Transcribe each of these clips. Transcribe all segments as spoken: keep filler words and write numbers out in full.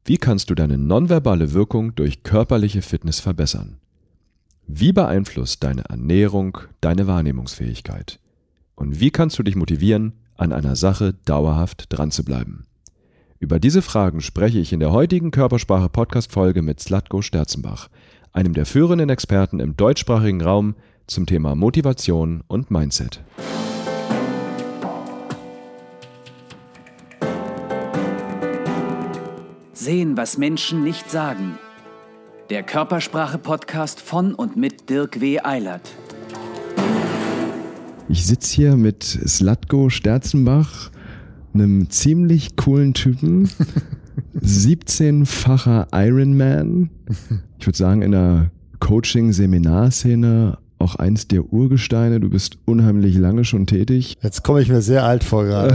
Wie kannst du deine nonverbale Wirkung durch körperliche Fitness verbessern? Wie beeinflusst deine Ernährung deine Wahrnehmungsfähigkeit? Und wie kannst du dich motivieren, an einer Sache dauerhaft dran zu bleiben? Über diese Fragen spreche ich in der heutigen Körpersprache-Podcast-Folge mit Zlatko Sterzenbach, einem der führenden Experten im deutschsprachigen Raum zum Thema Motivation und Mindset. Sehen, was Menschen nicht sagen. Der Körpersprache-Podcast von und mit Dirk W. Eilert. Ich sitze hier mit Zlatko Sterzenbach, einem ziemlich coolen Typen, siebzehnfacher Ironman. Ich würde sagen, in der Coaching-Seminarszene auch eins der Urgesteine. Du bist unheimlich lange schon tätig. Jetzt komme ich mir sehr alt vor gerade.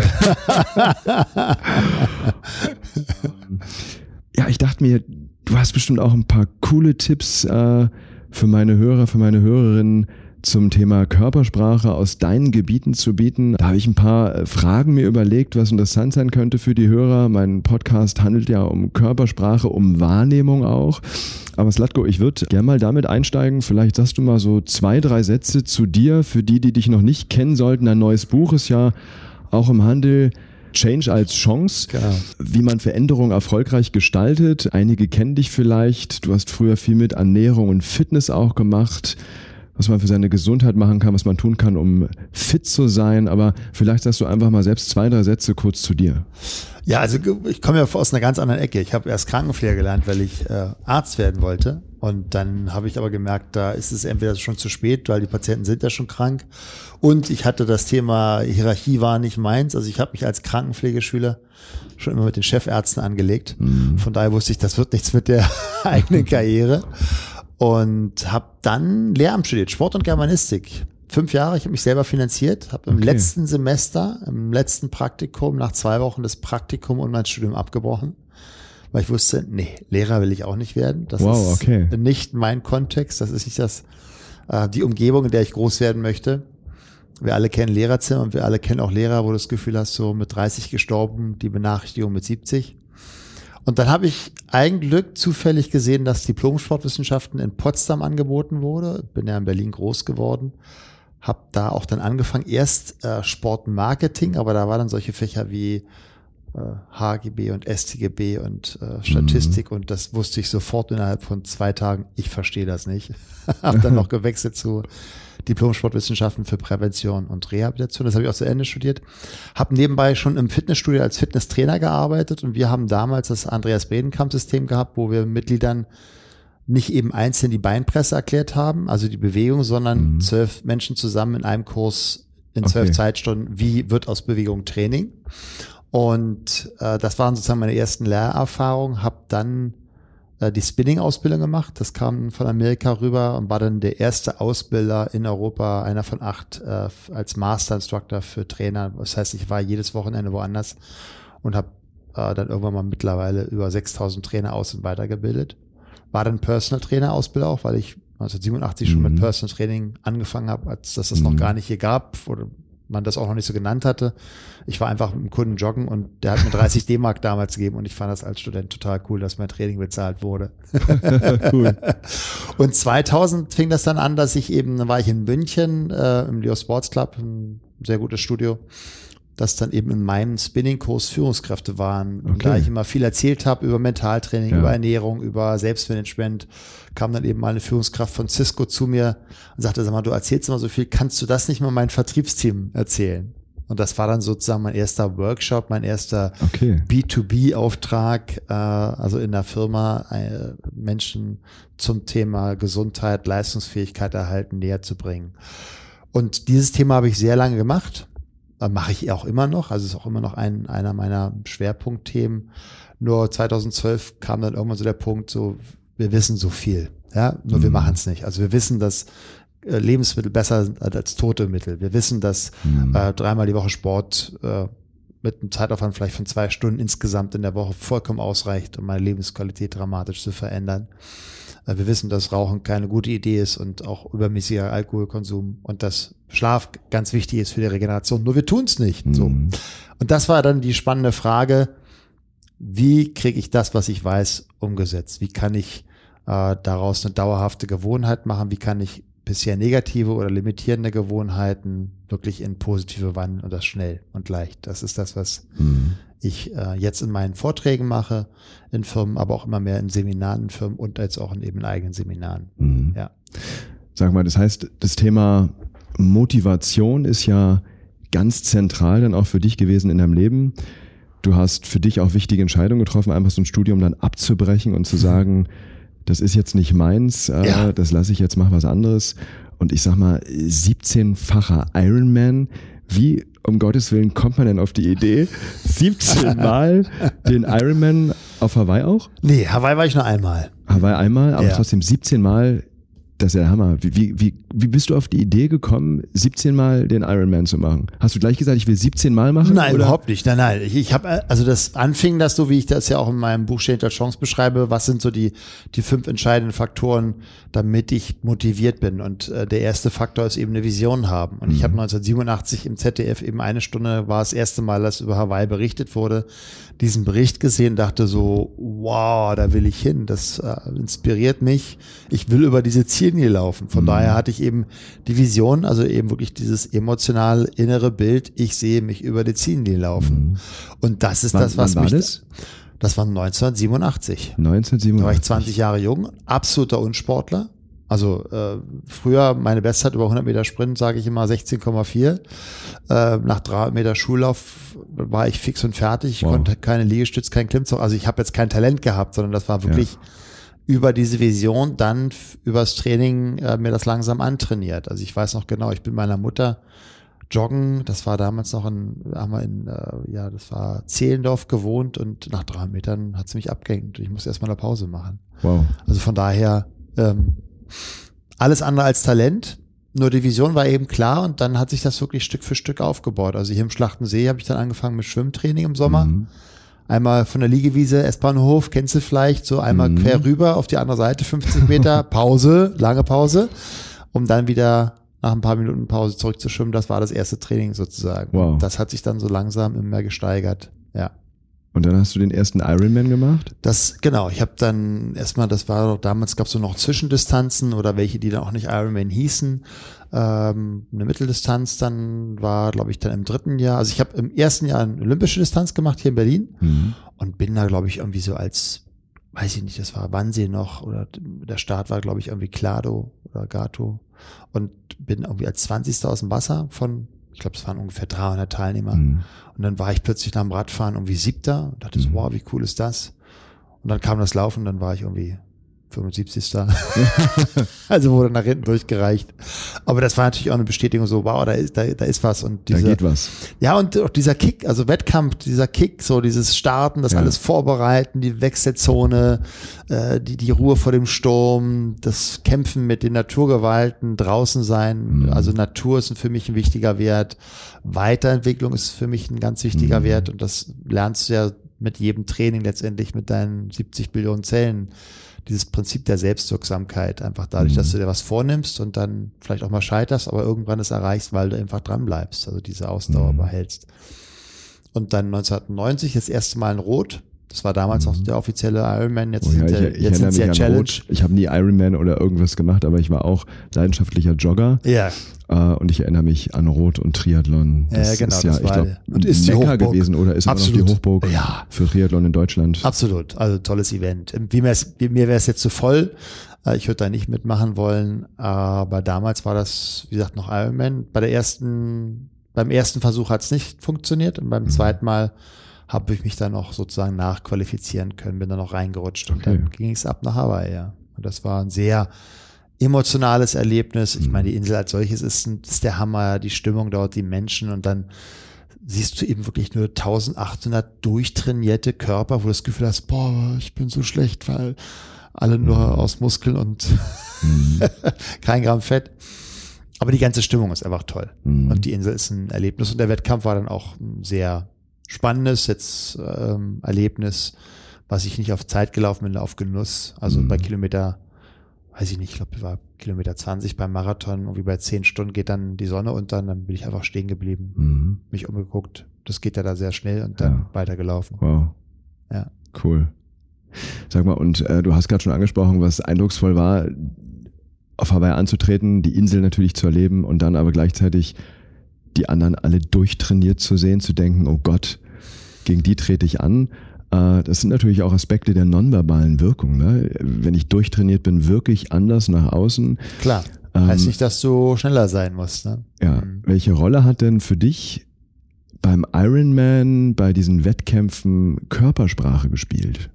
Ja, ich dachte mir, du hast bestimmt auch ein paar coole Tipps äh, für meine Hörer, für meine Hörerinnen zum Thema Körpersprache aus deinen Gebieten zu bieten. Da habe ich ein paar Fragen mir überlegt, was interessant sein könnte für die Hörer. Mein Podcast handelt ja um Körpersprache, um Wahrnehmung auch. Aber Zlatko, ich würde gerne mal damit einsteigen. Vielleicht sagst du mal so zwei, drei Sätze zu dir, für die, die dich noch nicht kennen sollten. Dein neues Buch ist ja auch im Handel. Change als Chance, genau. Wie man Veränderung erfolgreich gestaltet. Einige kennen dich vielleicht. Du hast früher viel mit Ernährung und Fitness auch gemacht, was man für seine Gesundheit machen kann, was man tun kann, um fit zu sein. Aber vielleicht sagst du einfach mal selbst zwei, drei Sätze kurz zu dir. Ja, also ich komme ja aus einer ganz anderen Ecke. Ich habe erst Krankenpfleger gelernt, weil ich äh, Arzt werden wollte. Und dann habe ich aber gemerkt, da ist es entweder schon zu spät, weil die Patienten sind ja schon krank. Und ich hatte das Thema Hierarchie war nicht meins. Also ich habe mich als Krankenpflegeschüler schon immer mit den Chefärzten angelegt. Mhm. Von daher wusste ich, das wird nichts mit der eigenen Karriere. Und habe dann Lehramt studiert, Sport und Germanistik. Fünf Jahre, ich habe mich selber finanziert, habe im okay. letzten Semester, im letzten Praktikum, nach zwei Wochen das Praktikum und mein Studium abgebrochen, weil ich wusste, nee, Lehrer will ich auch nicht werden. Das wow, ist okay. nicht mein Kontext, das ist nicht das, äh, die Umgebung, in der ich groß werden möchte. Wir alle kennen Lehrerzimmer und wir alle kennen auch Lehrer, wo du das Gefühl hast, so mit dreißig gestorben, die Benachrichtigung mit siebzig. Und dann habe ich ein Glück zufällig gesehen, dass Diplom-Sportwissenschaften in Potsdam angeboten wurde. Bin ja in Berlin groß geworden. Habe da auch dann angefangen, erst äh, Sportmarketing, aber da waren dann solche Fächer wie äh, H G B und S T G B und äh, Statistik mhm. und das wusste ich sofort innerhalb von zwei Tagen, ich verstehe das nicht. Habe dann noch gewechselt zu Diplom-Sportwissenschaften für Prävention und Rehabilitation. Das habe ich auch zu Ende studiert. Habe nebenbei schon im Fitnessstudio als Fitnesstrainer gearbeitet und wir haben damals das Andreas-Bredenkamp-System gehabt, wo wir Mitgliedern nicht eben einzeln die Beinpresse erklärt haben, also die Bewegung, sondern mhm. zwölf Menschen zusammen in einem Kurs in zwölf okay. Zeitstunden, wie wird aus Bewegung Training. Und äh, das waren sozusagen meine ersten Lehrerfahrungen, habe dann äh, die Spinning-Ausbildung gemacht, das kam von Amerika rüber und war dann der erste Ausbilder in Europa, einer von acht äh, als Master Instructor für Trainer. Das heißt, ich war jedes Wochenende woanders und habe äh, dann irgendwann mal mittlerweile über sechstausend Trainer aus- und weitergebildet. War dann Personal Trainer Ausbilder auch, weil ich neunzehnhundertsiebenundachtzig mhm. schon mit Personal Training angefangen habe, als dass das mhm. noch gar nicht hier gab oder man das auch noch nicht so genannt hatte. Ich war einfach mit einem Kunden joggen und der hat mir dreißig D-Mark damals gegeben und ich fand das als Student total cool, dass mein Training bezahlt wurde. Cool. Und zweitausend fing das dann an, dass ich eben, dann war ich in München äh, im Leo Sports Club, ein sehr gutes Studio, das dann eben in meinem Spinning-Kurs Führungskräfte waren. Okay. Und da ich immer viel erzählt habe über Mentaltraining, ja. über Ernährung, über Selbstmanagement, kam dann eben mal eine Führungskraft von Cisco zu mir und sagte, sag mal, du erzählst immer so viel, kannst du das nicht mal mein Vertriebsteam erzählen? Und das war dann sozusagen mein erster Workshop, mein erster okay. B zwei B-Auftrag, äh, also in der Firma äh, Menschen zum Thema Gesundheit, Leistungsfähigkeit erhalten, näher zu bringen. Und dieses Thema habe ich sehr lange gemacht. Mache ich auch immer noch, also ist auch immer noch ein, einer meiner Schwerpunktthemen. Nur zweitausendzwölf kam dann irgendwann so der Punkt, so wir wissen so viel, ja, nur mhm. wir machen es nicht. Also wir wissen, dass äh, Lebensmittel besser sind als tote Mittel. Wir wissen, dass mhm. äh, dreimal die Woche Sport äh, mit einem Zeitaufwand vielleicht von zwei Stunden insgesamt in der Woche vollkommen ausreicht, um meine Lebensqualität dramatisch zu verändern. Wir wissen, dass Rauchen keine gute Idee ist und auch übermäßiger Alkoholkonsum und dass Schlaf ganz wichtig ist für die Regeneration. Nur wir tun es nicht. Mhm. So. Und das war dann die spannende Frage, wie kriege ich das, was ich weiß, umgesetzt? Wie kann ich äh, daraus eine dauerhafte Gewohnheit machen? Wie kann ich bisher negative oder limitierende Gewohnheiten wirklich in positive wandeln und das schnell und leicht? Das ist das, was mhm. ich äh, jetzt in meinen Vorträgen mache, in Firmen, aber auch immer mehr in Seminaren in Firmen und jetzt auch in eben eigenen Seminaren. Mhm. Ja. Sag mal, das heißt, das Thema Motivation ist ja ganz zentral dann auch für dich gewesen in deinem Leben. Du hast für dich auch wichtige Entscheidungen getroffen, einfach so ein Studium dann abzubrechen und zu sagen, das ist jetzt nicht meins, äh, ja. das lasse ich jetzt, mach was anderes. Und ich sag mal, siebzehnfacher Ironman, wie um Gottes Willen kommt man denn auf die Idee, siebzehn Mal den Ironman auf Hawaii auch? Nee, Hawaii war ich nur einmal. Hawaii einmal, aber ja. trotzdem siebzehn Mal. Das ist ja der Hammer. Wie, wie, wie, wie bist du auf die Idee gekommen, siebzehn Mal den Ironman zu machen? Hast du gleich gesagt, ich will siebzehn Mal machen? Nein, oder? Überhaupt nicht. Nein, nein. Ich, ich habe, also das anfing das so, wie ich das ja auch in meinem Buch Stehen hinter Chance beschreibe. Was sind so die, die fünf entscheidenden Faktoren, damit ich motiviert bin? Und äh, der erste Faktor ist eben eine Vision haben. Und mhm. ich habe neunzehnhundertsiebenundachtzig im Z D F eben eine Stunde, war das erste Mal, dass über Hawaii berichtet wurde, diesen Bericht gesehen, dachte so, wow, da will ich hin. Das äh, inspiriert mich. Ich will über diese Ziellinie laufen. Von mhm. daher hatte ich eben die Vision, also eben wirklich dieses emotional innere Bild, ich sehe mich über die Ziellinie laufen. Mhm. Und das ist wann, das, was wann mich... War das? Das war neunzehnhundertsiebenundachtzig. neunzehnhundertsiebenundachtzig. Da war ich zwanzig Jahre jung, absoluter Unsportler. Also äh, früher meine Bestzeit über hundert Meter Sprint, sage ich immer sechzehn Komma vier. Äh, nach dreihundert Meter Schullauf war ich fix und fertig. Ich wow. konnte keine Liegestütz, kein Klimmzug. Also ich habe jetzt kein Talent gehabt, sondern das war wirklich ja. über diese Vision, dann f- übers Training äh, mir das langsam antrainiert. Also ich weiß noch genau, ich bin meiner Mutter joggen, das war damals noch in, haben wir in, äh, ja, das war Zehlendorf gewohnt und nach dreihundert Metern hat sie mich abgehängt und ich musste erstmal eine Pause machen. Wow. Also von daher, ähm, alles andere als Talent, nur die Vision war eben klar und dann hat sich das wirklich Stück für Stück aufgebaut. Also hier im Schlachtensee habe ich dann angefangen mit Schwimmtraining im Sommer. Mhm. Einmal von der Liegewiese, S-Bahnhof, kennst du vielleicht, so einmal mhm. quer rüber auf die andere Seite, fünfzig Meter, Pause, lange Pause, um dann wieder nach ein paar Minuten Pause zurückzuschwimmen. Das war das erste Training sozusagen. Wow. Das hat sich dann so langsam immer mehr gesteigert, ja. Und dann hast du den ersten Ironman gemacht? Das, genau, ich habe dann erstmal, das war doch damals, gab es so noch Zwischendistanzen oder welche, die dann auch nicht Ironman hießen. Ähm, eine Mitteldistanz dann war, glaube ich, dann im dritten Jahr. Also ich habe im ersten Jahr eine olympische Distanz gemacht hier in Berlin mhm. und bin da, glaube ich, irgendwie so als, weiß ich nicht, das war Wannsee noch oder der Start war, glaube ich, irgendwie Klado oder Gato und bin irgendwie als zwanzigster aus dem Wasser von, ich glaube, es waren ungefähr dreihundert Teilnehmer. Mhm. Und dann war ich plötzlich nach dem Radfahren irgendwie siebter und dachte so, wow, wie cool ist das? Und dann kam das Laufen, dann war ich irgendwie fünfundsiebzigster Also wurde nach hinten durchgereicht. Aber das war natürlich auch eine Bestätigung so, wow, da ist, da, da ist was. Und diese, da geht was. Ja, und auch dieser Kick, also Wettkampf, dieser Kick, so dieses Starten, das ja. alles vorbereiten, die Wechselzone, äh, die, die Ruhe vor dem Sturm, das Kämpfen mit den Naturgewalten, draußen sein. Mhm. Also Natur ist für mich ein wichtiger Wert. Weiterentwicklung ist für mich ein ganz wichtiger mhm. Wert. Und das lernst du ja mit jedem Training letztendlich mit deinen siebzig Billionen Zellen. Dieses Prinzip der Selbstwirksamkeit, einfach dadurch, mhm. dass du dir was vornimmst und dann vielleicht auch mal scheiterst, aber irgendwann es erreichst, weil du einfach dran bleibst, also diese Ausdauer mhm. behältst. Und dann neunzehnhundertneunzig das erste Mal in Rot. Das war damals mhm. auch der offizielle Ironman. Jetzt oh ja, sind ich, der, ich jetzt sind sie ja Challenge. Rot. Ich habe nie Ironman oder irgendwas gemacht, aber ich war auch leidenschaftlicher Jogger. Ja. Uh, und ich erinnere mich an Rot und Triathlon. Das ja, genau, ist ja, das ich glaube, ist Mekka gewesen oder ist Absolut. immer noch die Hochburg ja. für Triathlon in Deutschland. Absolut, also tolles Event. Wie mir wäre es jetzt zu voll. Ich würde da nicht mitmachen wollen, aber damals war das, wie gesagt, noch Ironman. Bei der ersten, beim ersten Versuch hat es nicht funktioniert und beim mhm. zweiten Mal habe ich mich dann noch sozusagen nachqualifizieren können, bin dann noch reingerutscht und okay. dann ging es ab nach Hawaii, ja. Und das war ein sehr emotionales Erlebnis. Ich meine, die Insel als solches ist, ein, ist der Hammer, die Stimmung dort, die Menschen und dann siehst du eben wirklich nur eintausendachthundert durchtrainierte Körper, wo du das Gefühl hast, boah, ich bin so schlecht, weil alle nur mhm. aus Muskeln und mhm. kein Gramm Fett. Aber die ganze Stimmung ist einfach toll. Mhm. Und die Insel ist ein Erlebnis und der Wettkampf war dann auch ein sehr spannendes jetzt ähm, Erlebnis, was ich nicht auf Zeit gelaufen bin, auf Genuss. Also mhm. bei Kilometer, weiß ich nicht, ich glaube, war Kilometer zwanzig beim Marathon, irgendwie bei zehn Stunden geht dann die Sonne unter und dann bin ich einfach stehen geblieben, mhm. mich umgeguckt. Das geht ja da sehr schnell und dann ja. weitergelaufen. Wow. Ja. Cool. Sag mal, und äh, du hast gerade schon angesprochen, was eindrucksvoll war, auf Hawaii anzutreten, die Insel natürlich zu erleben und dann aber gleichzeitig die anderen alle durchtrainiert zu sehen, zu denken, oh Gott, gegen die trete ich an. Äh, das sind natürlich auch Aspekte der nonverbalen Wirkung. Ne? Wenn ich durchtrainiert bin, wirke ich anders nach außen. Klar, ähm, heißt nicht, dass du schneller sein musst. Ne? Ja. Mhm. Welche Rolle hat denn für dich beim Ironman, bei diesen Wettkämpfen Körpersprache gespielt?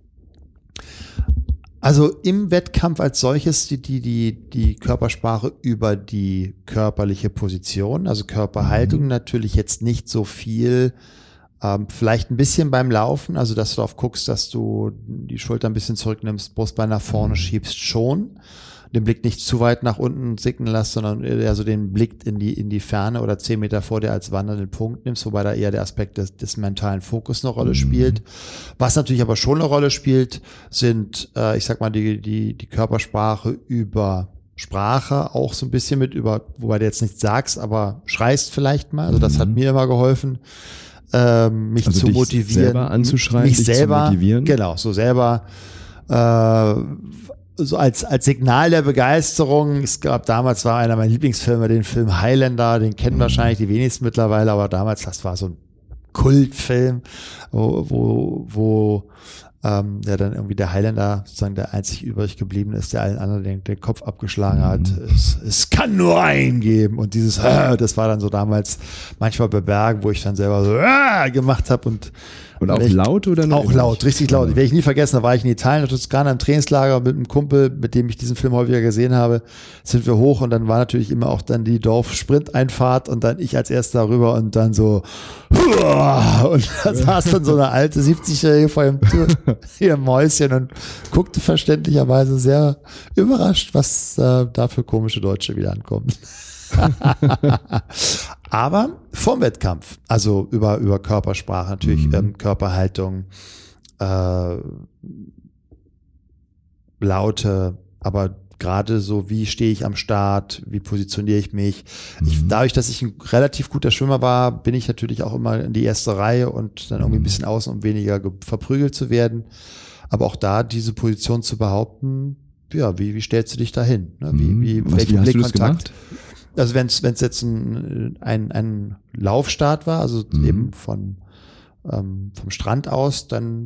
Also im Wettkampf als solches die, die, die, die Körpersprache über die körperliche Position, also Körperhaltung mhm. natürlich jetzt nicht so viel, ähm, vielleicht ein bisschen beim Laufen, also dass du darauf guckst, dass du die Schulter ein bisschen zurücknimmst, Brustbein nach vorne schiebst schon, den Blick nicht zu weit nach unten sinken lässt, sondern eher so den Blick in die, in die Ferne oder zehn Meter vor dir als wandernden Punkt nimmst, wobei da eher der Aspekt des, des mentalen Fokus eine Rolle mhm. spielt. Was natürlich aber schon eine Rolle spielt, sind, äh, ich sag mal, die, die, die Körpersprache über Sprache auch so ein bisschen mit über, wobei du jetzt nichts sagst, aber schreist vielleicht mal. Also das mhm. hat mir immer geholfen, ähm, mich also zu dich motivieren. Selber anzuschreien, mich dich selber, zu motivieren. Genau, so selber, äh, so als, als Signal der Begeisterung. Es gab damals, war einer meiner Lieblingsfilme, den Film Highlander, den kennen wahrscheinlich die wenigsten mittlerweile, aber damals, das war so ein Kultfilm, wo, wo, wo ähm, ja dann irgendwie der Highlander sozusagen der einzig übrig geblieben ist, der allen anderen den, den Kopf abgeschlagen hat. Mhm. Es, es kann nur einen geben. Und dieses, äh, das war dann so damals manchmal bei Bergen, wo ich dann selber so äh, gemacht habe und Und auch ich, laut oder nur? Auch laut, richtig laut. Ja. Werde ich nie vergessen, da war ich in Italien, in der Toskana im Trainingslager mit einem Kumpel, mit dem ich diesen Film häufiger gesehen habe, sind wir hoch und dann war natürlich immer auch dann die Dorf-Sprinteinfahrt und dann ich als erster rüber und dann so und da saß dann so eine alte siebzigjährige vor ihrem, ihrem Mäuschen und guckte verständlicherweise sehr überrascht, was äh, da für komische Deutsche wieder ankommen. Aber vorm Wettkampf, also über, über Körpersprache natürlich, mhm. ähm, Körperhaltung, äh, Laute, aber gerade so, wie stehe ich am Start, wie positioniere ich mich. Mhm. Ich, dadurch, dass ich ein relativ guter Schwimmer war, bin ich natürlich auch immer in die erste Reihe und dann irgendwie ein bisschen außen, um weniger verprügelt zu werden. Aber auch da diese Position zu behaupten, ja, wie, wie stellst du dich da hin? Ne? Wie, wie, Was, welchen wie hast Blickkontakt? Du das gemacht? Also wenn es jetzt ein, ein, ein Laufstart war, also mhm. eben von ähm, vom Strand aus, dann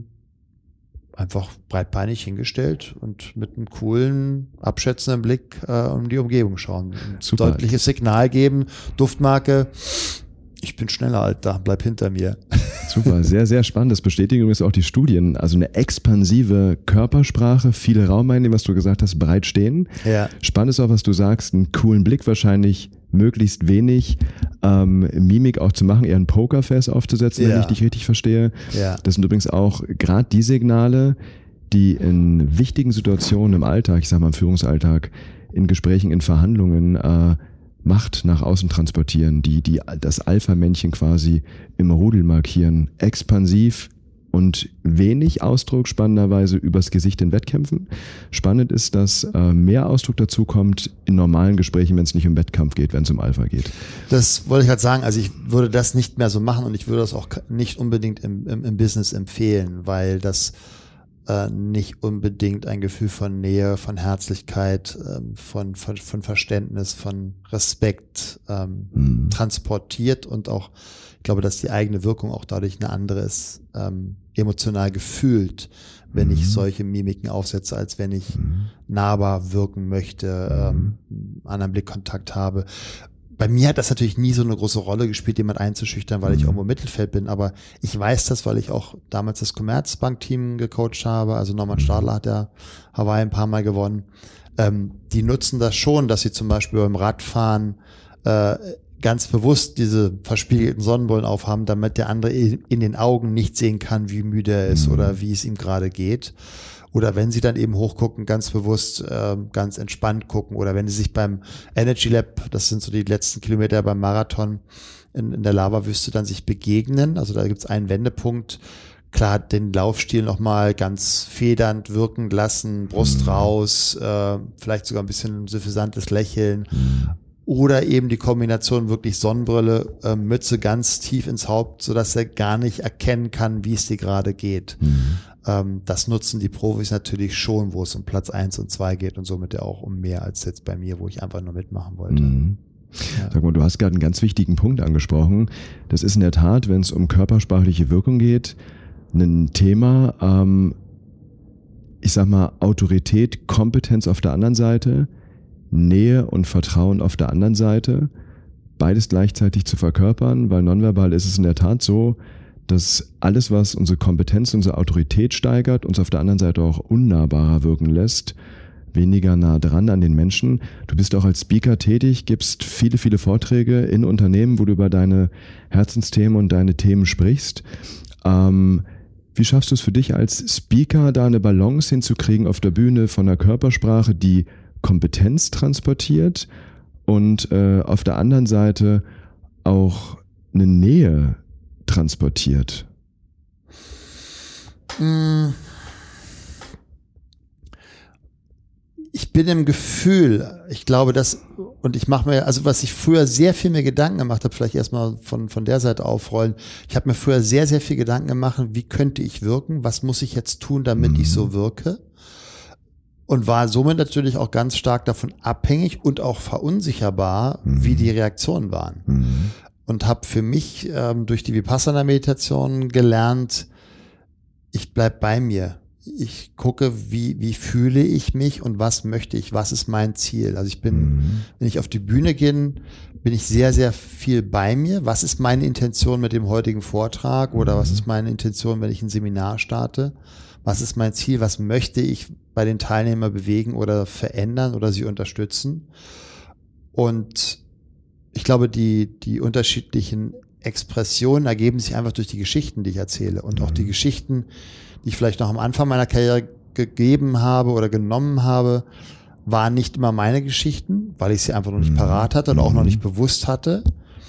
einfach breitbeinig hingestellt und mit einem coolen, abschätzenden Blick äh, um die Umgebung schauen. Ein Super. Deutliches Signal geben, Duftmarke, ich bin schneller, Alter, bleib hinter mir. Super, sehr, sehr spannend. Das bestätigen übrigens auch die Studien. Also eine expansive Körpersprache, viele Raumeinnehmen, was du gesagt hast, breit stehen. Ja. Spannend ist auch, was du sagst, einen coolen Blick wahrscheinlich, möglichst wenig ähm, Mimik auch zu machen, eher ein Pokerface aufzusetzen, ja. wenn ich dich richtig verstehe. Ja. Das sind übrigens auch gerade die Signale, die in wichtigen Situationen im Alltag, ich sag mal im Führungsalltag, in Gesprächen, in Verhandlungen, äh, Macht nach außen transportieren, die, die das Alpha-Männchen quasi im Rudel markieren, expansiv und wenig Ausdruck, spannenderweise übers Gesicht in Wettkämpfen. Spannend ist, dass äh, mehr Ausdruck dazu kommt in normalen Gesprächen, wenn es nicht um Wettkampf geht, wenn es um Alpha geht. Das wollte ich halt sagen, also ich würde das nicht mehr so machen und ich würde das auch nicht unbedingt im, im, im Business empfehlen, weil das äh, nicht unbedingt ein Gefühl von Nähe, von Herzlichkeit, ähm, von, von, von Verständnis, von Respekt ähm, mhm. transportiert und auch, ich glaube, dass die eigene Wirkung auch dadurch eine andere ist, ähm, emotional gefühlt, wenn mhm. ich solche Mimiken aufsetze, als wenn ich mhm. nahbar wirken möchte, ähm, anderen Blickkontakt habe. Bei mir hat das natürlich nie so eine große Rolle gespielt, jemand einzuschüchtern, weil ich irgendwo im Mittelfeld bin, aber ich weiß das, weil ich auch damals das Commerzbank-Team gecoacht habe, also Norman Stadler hat ja Hawaii ein paar Mal gewonnen. Ähm, die nutzen das schon, dass sie zum Beispiel beim Radfahren äh, ganz bewusst diese verspiegelten Sonnenbrillen aufhaben, damit der andere in den Augen nicht sehen kann, wie müde er ist mhm. oder wie es ihm gerade geht. Oder wenn sie dann eben hochgucken, ganz bewusst, äh, ganz entspannt gucken. Oder wenn sie sich beim Energy Lab, das sind so die letzten Kilometer beim Marathon in, in der Lavawüste, dann sich begegnen. Also da gibt es einen Wendepunkt. Klar, den Laufstil nochmal ganz federnd wirken lassen, Brust mhm. raus, äh, vielleicht sogar ein bisschen suffisantes Lächeln. Mhm. Oder eben die Kombination wirklich Sonnenbrille, äh, Mütze ganz tief ins Haupt, sodass er gar nicht erkennen kann, wie es dir gerade geht. Mhm. ähm, das nutzen die Profis natürlich schon, wo es um Platz eins und zwei geht und somit ja auch um mehr als jetzt bei mir, wo ich einfach nur mitmachen wollte. Mhm. Ja. Sag mal, du hast gerade einen ganz wichtigen Punkt angesprochen. Das ist in der Tat, wenn es um körpersprachliche Wirkung geht, ein Thema, ähm, ich sag mal, Autorität, Kompetenz auf der anderen Seite, Nähe und Vertrauen auf der anderen Seite, beides gleichzeitig zu verkörpern, weil nonverbal ist es in der Tat so, dass alles, was unsere Kompetenz, unsere Autorität steigert, uns auf der anderen Seite auch unnahbarer wirken lässt, weniger nah dran an den Menschen. Du bist auch als Speaker tätig, gibst viele, viele Vorträge in Unternehmen, wo du über deine Herzensthemen und deine Themen sprichst. Ähm, wie schaffst du es für dich als Speaker, da eine Balance hinzukriegen auf der Bühne von einer Körpersprache, die Kompetenz transportiert und äh, auf der anderen Seite auch eine Nähe transportiert? Ich bin im Gefühl, ich glaube, dass, und ich mache mir, also was ich früher sehr viel mehr Gedanken gemacht habe, vielleicht erstmal von, von der Seite aufrollen, ich habe mir früher sehr, sehr viel Gedanken gemacht, wie könnte ich wirken, was muss ich jetzt tun, damit mhm. ich so wirke? Und war somit natürlich auch ganz stark davon abhängig und auch verunsicherbar, mhm. wie die Reaktionen waren. Mhm. Und habe für mich ähm, durch die Vipassana-Meditation gelernt, ich bleib bei mir. Ich gucke, wie, wie fühle ich mich und was möchte ich, was ist mein Ziel. Also ich bin, mhm. wenn ich auf die Bühne gehe, bin ich sehr, sehr viel bei mir. Was ist meine Intention mit dem heutigen Vortrag oder mhm. was ist meine Intention, wenn ich ein Seminar starte? Was ist mein Ziel? Was möchte ich bei den Teilnehmern bewegen oder verändern oder sie unterstützen? Und ich glaube, die, die unterschiedlichen Expressionen ergeben sich einfach durch die Geschichten, die ich erzähle. Und auch die Geschichten, die ich vielleicht noch am Anfang meiner Karriere gegeben habe oder genommen habe, waren nicht immer meine Geschichten, weil ich sie einfach noch nicht parat hatte und auch noch nicht bewusst hatte.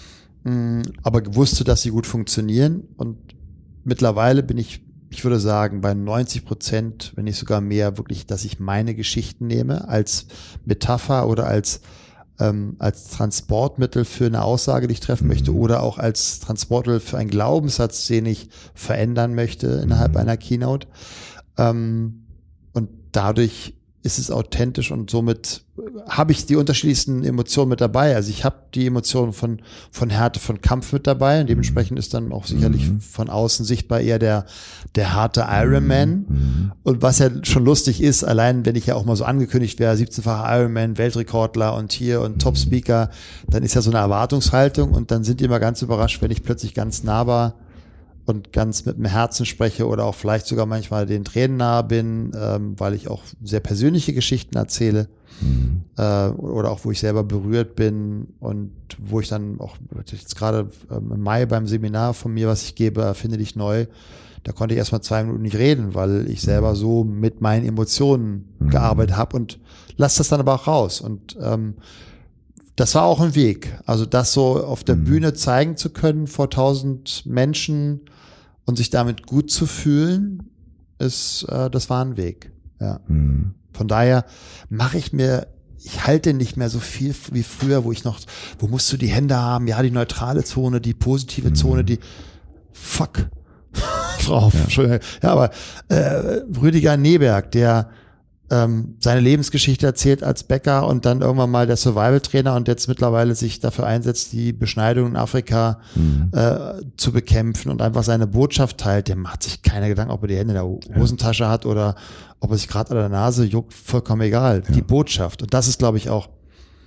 Aber gewusste, dass sie gut funktionieren. Und mittlerweile bin ich, ich würde sagen, bei neunzig Prozent, wenn nicht sogar mehr, wirklich, dass ich meine Geschichten nehme als Metapher oder als ähm, als Transportmittel für eine Aussage, die ich treffen möchte, oder auch als Transportmittel für einen Glaubenssatz, den ich verändern möchte innerhalb einer Keynote. Ähm, und dadurch ist es authentisch und somit habe ich die unterschiedlichsten Emotionen mit dabei. Also ich habe die Emotionen von von Härte, von Kampf mit dabei und dementsprechend ist dann auch sicherlich mhm. von außen sichtbar eher der der harte Ironman. Mhm. Und was ja schon lustig ist, allein wenn ich ja auch mal so angekündigt wäre, siebzehnfacher Ironman, Weltrekordler und hier und Top-Speaker, dann ist ja so eine Erwartungshaltung und dann sind die immer ganz überrascht, wenn ich plötzlich ganz nahbar und ganz mit dem Herzen spreche oder auch vielleicht sogar manchmal den Tränen nahe bin, ähm, weil ich auch sehr persönliche Geschichten erzähle mhm. äh, oder auch wo ich selber berührt bin und wo ich dann auch jetzt gerade ähm, im Mai beim Seminar von mir, was ich gebe, Erfinde dich neu, da konnte ich erstmal zwei Minuten nicht reden, weil ich selber so mit meinen Emotionen mhm. gearbeitet habe und lasse das dann aber auch raus und ähm, das war auch ein Weg, also das so auf der mhm. Bühne zeigen zu können vor tausend Menschen und sich damit gut zu fühlen, ist, äh, das war ein Weg. Ja. Mhm. Von daher mache ich mir, ich halte nicht mehr so viel wie früher, wo ich noch, wo musst du die Hände haben? Ja, die neutrale Zone, die positive mhm. Zone, die Fuck. Frau, ja. Entschuldigung. Ja, aber äh, Rüdiger Neberg, der ähm, seine Lebensgeschichte erzählt als Bäcker und dann irgendwann mal der Survival-Trainer und jetzt mittlerweile sich dafür einsetzt, die Beschneidung in Afrika mhm. äh, zu bekämpfen und einfach seine Botschaft teilt, der macht sich keine Gedanken, ob er die Hände in der Hosentasche ja. hat oder ob er sich gerade an der Nase juckt, vollkommen egal. Ja. Die Botschaft. Und das ist, glaube ich, auch,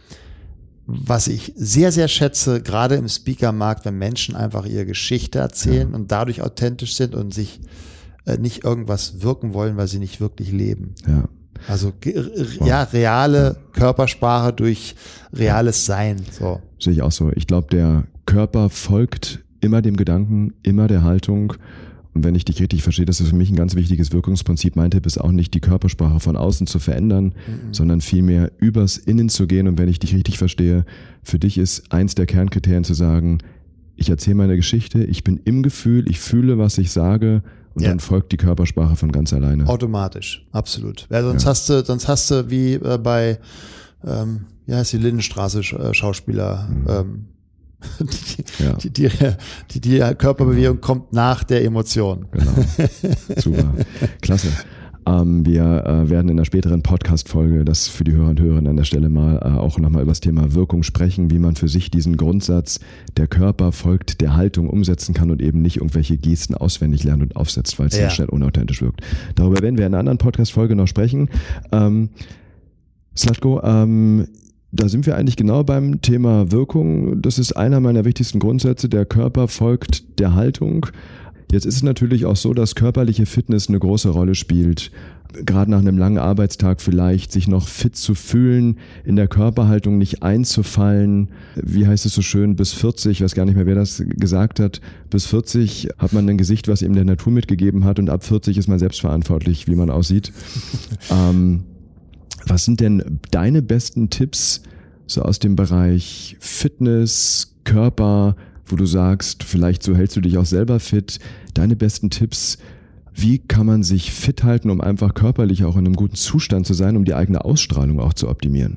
was ich sehr, sehr schätze, gerade im Speaker-Markt, wenn Menschen einfach ihre Geschichte erzählen ja. und dadurch authentisch sind und sich äh, nicht irgendwas wirken wollen, weil sie nicht wirklich leben. Ja. Also ja, reale Körpersprache durch reales Sein. So. Sehe ich auch so. Ich glaube, der Körper folgt immer dem Gedanken, immer der Haltung. Und wenn ich dich richtig verstehe, das ist für mich ein ganz wichtiges Wirkungsprinzip. Mein Tipp ist auch nicht, die Körpersprache von außen zu verändern, mhm. sondern vielmehr übers Innen zu gehen. Und wenn ich dich richtig verstehe, für dich ist eins der Kernkriterien zu sagen, ich erzähle meine Geschichte, ich bin im Gefühl, ich fühle, was ich sage. Und ja. dann folgt die Körpersprache von ganz alleine. Automatisch, absolut. Ja, sonst ja. hast du, sonst hast du wie äh, bei, ähm, wie heißt die Lindenstraße äh, Schauspieler, mhm. ähm, Die, Ja. die, die, die, die Körperbewegung kommt nach der Emotion. Genau. Super. Klasse. Ähm, wir äh, werden in einer späteren Podcast-Folge das für die Hörer und Hörerinnen an der Stelle mal äh, auch nochmal über das Thema Wirkung sprechen, wie man für sich diesen Grundsatz, der Körper folgt der Haltung, umsetzen kann und eben nicht irgendwelche Gesten auswendig lernt und aufsetzt, weil es Ja. sehr schnell unauthentisch wirkt. Darüber werden wir in einer anderen Podcast-Folge noch sprechen. Ähm, Zlatko, ähm, da sind wir eigentlich genau beim Thema Wirkung. Das ist einer meiner wichtigsten Grundsätze. Der Körper folgt der Haltung. Jetzt ist es natürlich auch so, dass körperliche Fitness eine große Rolle spielt. Gerade nach einem langen Arbeitstag vielleicht, sich noch fit zu fühlen, in der Körperhaltung nicht einzufallen. Wie heißt es so schön, bis vierzig, ich weiß gar nicht mehr, wer das gesagt hat, bis vierzig hat man ein Gesicht, was ihm der Natur mitgegeben hat, und ab vierzig ist man selbstverantwortlich, wie man aussieht. ähm, Was sind denn deine besten Tipps so aus dem Bereich Fitness, Körper, wo du sagst, vielleicht so hältst du dich auch selber fit, deine besten Tipps, wie kann man sich fit halten, um einfach körperlich auch in einem guten Zustand zu sein, um die eigene Ausstrahlung auch zu optimieren?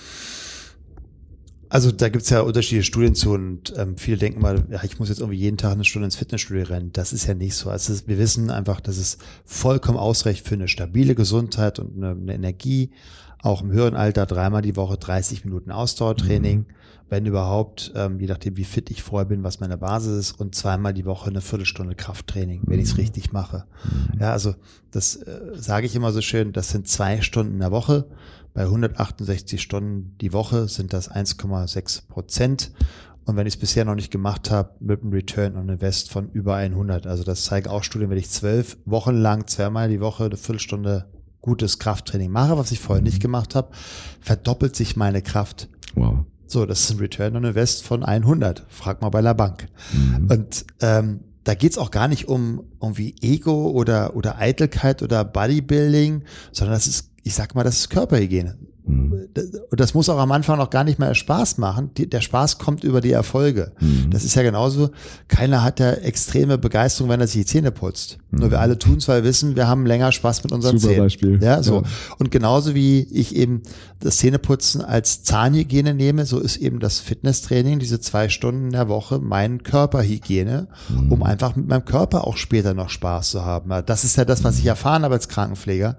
Also da gibt's ja unterschiedliche Studien zu, und ähm, viele denken mal, ja, ich muss jetzt irgendwie jeden Tag eine Stunde ins Fitnessstudio rennen. Das ist ja nicht so. Also wir wissen einfach, dass es vollkommen ausreicht für eine stabile Gesundheit und eine, eine Energie, auch im höheren Alter dreimal die Woche dreißig Minuten Ausdauertraining, mhm. wenn überhaupt, ähm, je nachdem wie fit ich vorher bin, was meine Basis ist, und zweimal die Woche eine Viertelstunde Krafttraining, wenn ich es richtig mache. Mhm. Ja, also das äh, sage ich immer so schön, das sind zwei Stunden in der Woche. Bei hundertachtundsechzig Stunden die Woche sind das eins Komma sechs Prozent. Und wenn ich es bisher noch nicht gemacht habe, mit einem Return on Invest von über hundert. Also das zeigen auch Studien, wenn ich zwölf Wochen lang zweimal die Woche eine Viertelstunde gutes Krafttraining mache, was ich vorher nicht gemacht habe, verdoppelt sich meine Kraft. Wow. So, das ist ein Return on Invest von hundert. Frag mal bei der Bank. Mhm. Und ähm, da geht's auch gar nicht um irgendwie Ego oder oder Eitelkeit oder Bodybuilding, sondern das ist, ich sag mal, das ist Körperhygiene. Mhm. Und das muss auch am Anfang noch gar nicht mehr Spaß machen. Die, der Spaß kommt über die Erfolge. Mhm. Das ist ja genauso, keiner hat ja extreme Begeisterung, wenn er sich die Zähne putzt. Mhm. Nur wir alle tun es, weil wir wissen, wir haben länger Spaß mit unseren Super Zähnen. Beispiel. Ja, so. Ja. Und genauso wie ich eben das Zähneputzen als Zahnhygiene nehme, so ist eben das Fitnesstraining, diese zwei Stunden in der Woche, mein Körperhygiene, mhm. um einfach mit meinem Körper auch später noch Spaß zu haben. Das ist ja das, was ich erfahren habe als Krankenpfleger,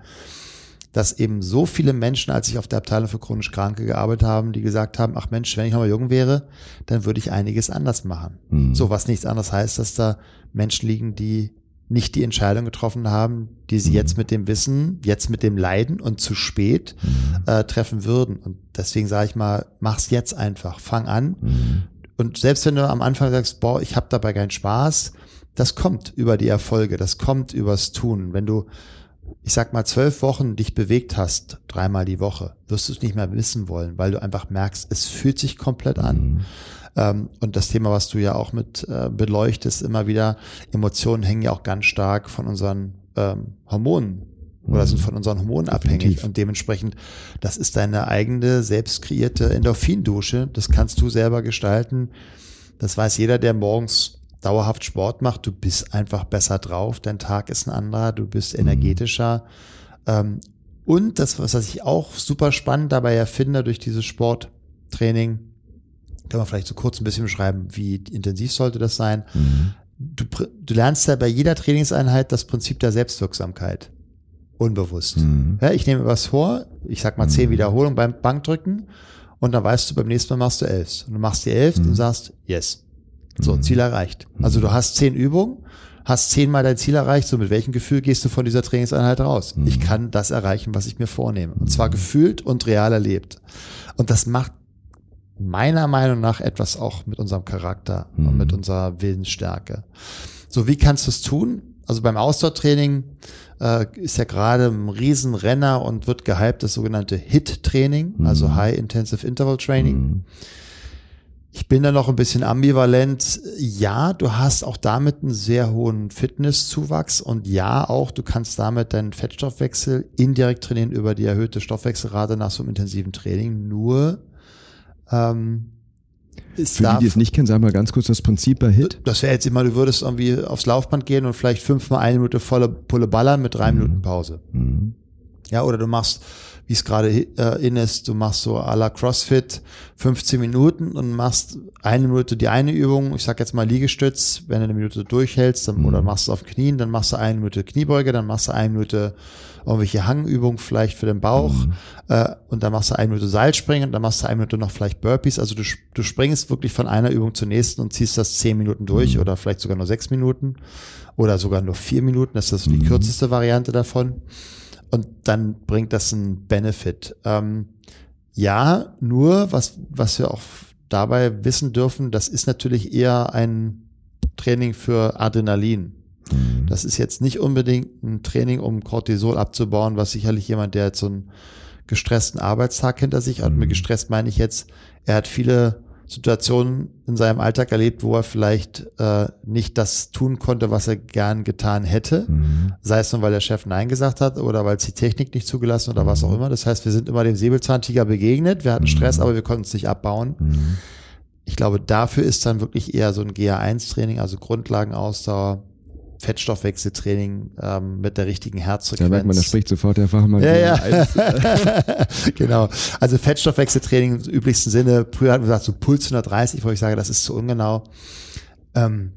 dass eben so viele Menschen, als ich auf der Abteilung für chronisch Kranke gearbeitet habe, die gesagt haben, ach Mensch, wenn ich nochmal jung wäre, dann würde ich einiges anders machen. Mhm. So, was nichts anderes heißt, dass da Menschen liegen, die nicht die Entscheidung getroffen haben, die sie mhm. jetzt mit dem Wissen, jetzt mit dem Leiden und zu spät mhm. äh, treffen würden. Und deswegen sage ich mal, mach's jetzt einfach, fang an. Mhm. Und selbst wenn du am Anfang sagst, boah, ich habe dabei keinen Spaß, das kommt über die Erfolge, das kommt übers Tun. Wenn du, ich sag mal, zwölf Wochen dich bewegt hast, dreimal die Woche, wirst du es nicht mehr wissen wollen, weil du einfach merkst, es fühlt sich komplett an. Mhm. Ähm, und das Thema, was du ja auch mit äh, beleuchtest, immer wieder, Emotionen hängen ja auch ganz stark von unseren ähm, Hormonen mhm. oder sind von unseren Hormonen abhängig. Definitiv. Und dementsprechend, das ist deine eigene, selbst kreierte Endorphindusche. Das kannst du selber gestalten. Das weiß jeder, der morgens dauerhaft Sport macht, du bist einfach besser drauf, dein Tag ist ein anderer, du bist energetischer. Ähm, und das, was ich auch super spannend dabei erfinde durch dieses Sporttraining, kann man vielleicht so kurz ein bisschen beschreiben, wie intensiv sollte das sein. Mhm. Du, du lernst ja bei jeder Trainingseinheit das Prinzip der Selbstwirksamkeit. Unbewusst. Mhm. Ja, ich nehme was vor, ich sag mal zehn mhm. Wiederholungen beim Bankdrücken, und dann weißt du, beim nächsten Mal machst du elf. Und du machst die elf mhm. und sagst, yes. So, Ziel erreicht. Also du hast zehn Übungen, hast zehnmal dein Ziel erreicht, so mit welchem Gefühl gehst du von dieser Trainingseinheit raus? Mhm. Ich kann das erreichen, was ich mir vornehme. Und zwar gefühlt und real erlebt. Und das macht meiner Meinung nach etwas auch mit unserem Charakter mhm. und mit unserer Willensstärke. So, wie kannst du es tun? Also beim Ausdauertraining äh, ist ja gerade ein Riesenrenner und wird gehypt das sogenannte H I T-Training, mhm. also High Intensive Interval Training. Mhm. Ich bin da noch ein bisschen ambivalent. Ja, du hast auch damit einen sehr hohen Fitnesszuwachs, und ja, auch du kannst damit deinen Fettstoffwechsel indirekt trainieren über die erhöhte Stoffwechselrate nach so einem intensiven Training. Nur ähm, ist Für die, die es nicht kennen, sagen wir mal ganz kurz das Prinzip bei H I T. Das wäre jetzt immer, du würdest irgendwie aufs Laufband gehen und vielleicht fünfmal eine Minute volle Pulle ballern mit drei mhm. Minuten Pause. Mhm. Ja, oder du machst, wie es gerade äh, in ist, du machst so à la CrossFit fünfzehn Minuten und machst eine Minute die eine Übung, ich sag jetzt mal Liegestütz, wenn du eine Minute durchhältst, dann, mhm. oder machst du auf Knien, dann machst du eine Minute Kniebeuge, dann machst du eine Minute irgendwelche Hangübungen vielleicht für den Bauch mhm. äh, und dann machst du eine Minute Seilspringen und dann machst du eine Minute noch vielleicht Burpees, also du, du springst wirklich von einer Übung zur nächsten und ziehst das zehn Minuten durch mhm. oder vielleicht sogar nur sechs Minuten oder sogar nur vier Minuten, das ist die mhm. kürzeste Variante davon. Und dann bringt das einen Benefit. Ähm, ja, nur was, was wir auch dabei wissen dürfen, das ist natürlich eher ein Training für Adrenalin. Mhm. Das ist jetzt nicht unbedingt ein Training, um Cortisol abzubauen, was sicherlich jemand, der jetzt so einen gestressten Arbeitstag hinter sich hat, mhm. mit gestresst meine ich jetzt, er hat viele Situationen in seinem Alltag erlebt, wo er vielleicht äh, nicht das tun konnte, was er gern getan hätte. Mhm. Sei es nun, weil der Chef Nein gesagt hat oder weil es die Technik nicht zugelassen oder mhm. was auch immer. Das heißt, wir sind immer dem Säbelzahntiger begegnet. Wir hatten mhm. Stress, aber wir konnten es nicht abbauen. Mhm. Ich glaube, dafür ist dann wirklich eher so ein G A eins Training, also Grundlagenausdauer, Fettstoffwechseltraining ähm, mit der richtigen Herzfrequenz. Da merkt man, da spricht sofort der Fachmann. Ja, ja. Genau. Also Fettstoffwechseltraining im üblichsten Sinne. Früher hatten wir gesagt, so Puls hundertdreißig, wo ich sage, das ist zu ungenau. Ähm,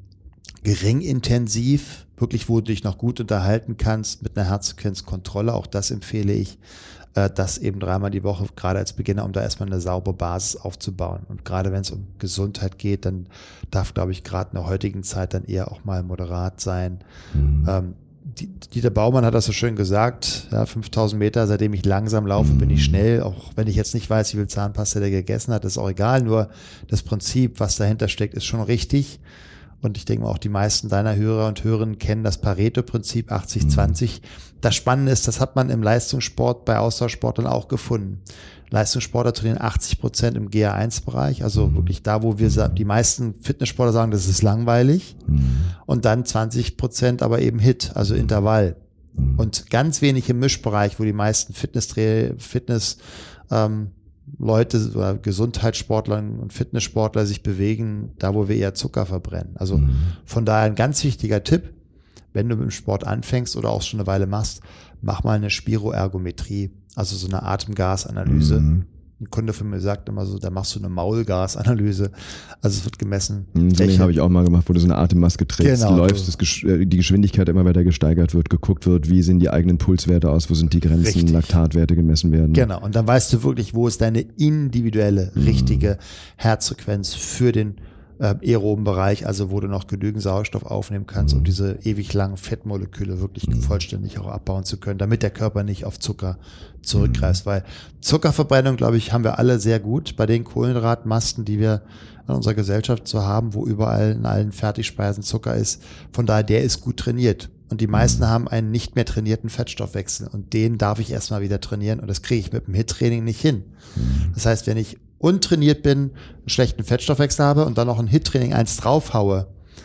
geringintensiv, wirklich, wo du dich noch gut unterhalten kannst mit einer Herzfrequenzkontrolle. Auch das empfehle ich. Das eben dreimal die Woche, gerade als Beginner, um da erstmal eine saubere Basis aufzubauen. Und gerade wenn es um Gesundheit geht, dann darf, glaube ich, gerade in der heutigen Zeit dann eher auch mal moderat sein. Mhm. Ähm, Dieter Baumann hat das so schön gesagt, ja, fünftausend Meter, seitdem ich langsam laufe, mhm. bin ich schnell, auch wenn ich jetzt nicht weiß, wie viel Zahnpasta der gegessen hat, ist auch egal, nur das Prinzip, was dahinter steckt, ist schon richtig. Und ich denke mal, auch die meisten deiner Hörer und Hörerinnen kennen das Pareto-Prinzip achtzig zwanzig. Das Spannende ist, das hat man im Leistungssport bei Ausdauersportlern auch gefunden. Leistungssportler trainieren achtzig Prozent im G A eins Bereich, also mhm. wirklich da, wo wir die meisten Fitnesssportler sagen, das ist langweilig. Mhm. Und dann zwanzig Prozent aber eben H I T, also Intervall. Mhm. Und ganz wenig im Mischbereich, wo die meisten Fitness, Fitness ähm, Leute oder Gesundheitssportler und Fitnesssportler sich bewegen, da wo wir eher Zucker verbrennen. Also mhm. von daher ein ganz wichtiger Tipp, wenn du mit dem Sport anfängst oder auch schon eine Weile machst, mach mal eine Spiroergometrie, also so eine Atemgasanalyse. Mhm. Ein Kunde von mir sagt immer so, da machst du eine Maulgasanalyse. Also es wird gemessen. Mhm, so habe ich auch mal gemacht, wo du so eine Atemmaske trägst, genau, läufst, das, die Geschwindigkeit immer weiter gesteigert wird, geguckt wird, wie sehen die eigenen Pulswerte aus, wo sind die Grenzen, richtig. Laktatwerte gemessen werden. Genau, und dann weißt du wirklich, wo ist deine individuelle, mhm. richtige Herzfrequenz für den äh, aeroben Bereich, also wo du noch genügend Sauerstoff aufnehmen kannst, mhm. um diese ewig langen Fettmoleküle wirklich mhm. vollständig auch abbauen zu können, damit der Körper nicht auf Zucker zurückgreift, mhm. weil Zuckerverbrennung, glaube ich, haben wir alle sehr gut bei den Kohlenhydratmasten, die wir in unserer Gesellschaft so haben, wo überall in allen Fertigspeisen Zucker ist. Von daher, der ist gut trainiert. Und die meisten mhm. haben einen nicht mehr trainierten Fettstoffwechsel und den darf ich erstmal wieder trainieren und das kriege ich mit dem H I T Training nicht hin. Mhm. Das heißt, wenn ich untrainiert bin, einen schlechten Fettstoffwechsel habe und dann noch ein H I T Training eins draufhaue,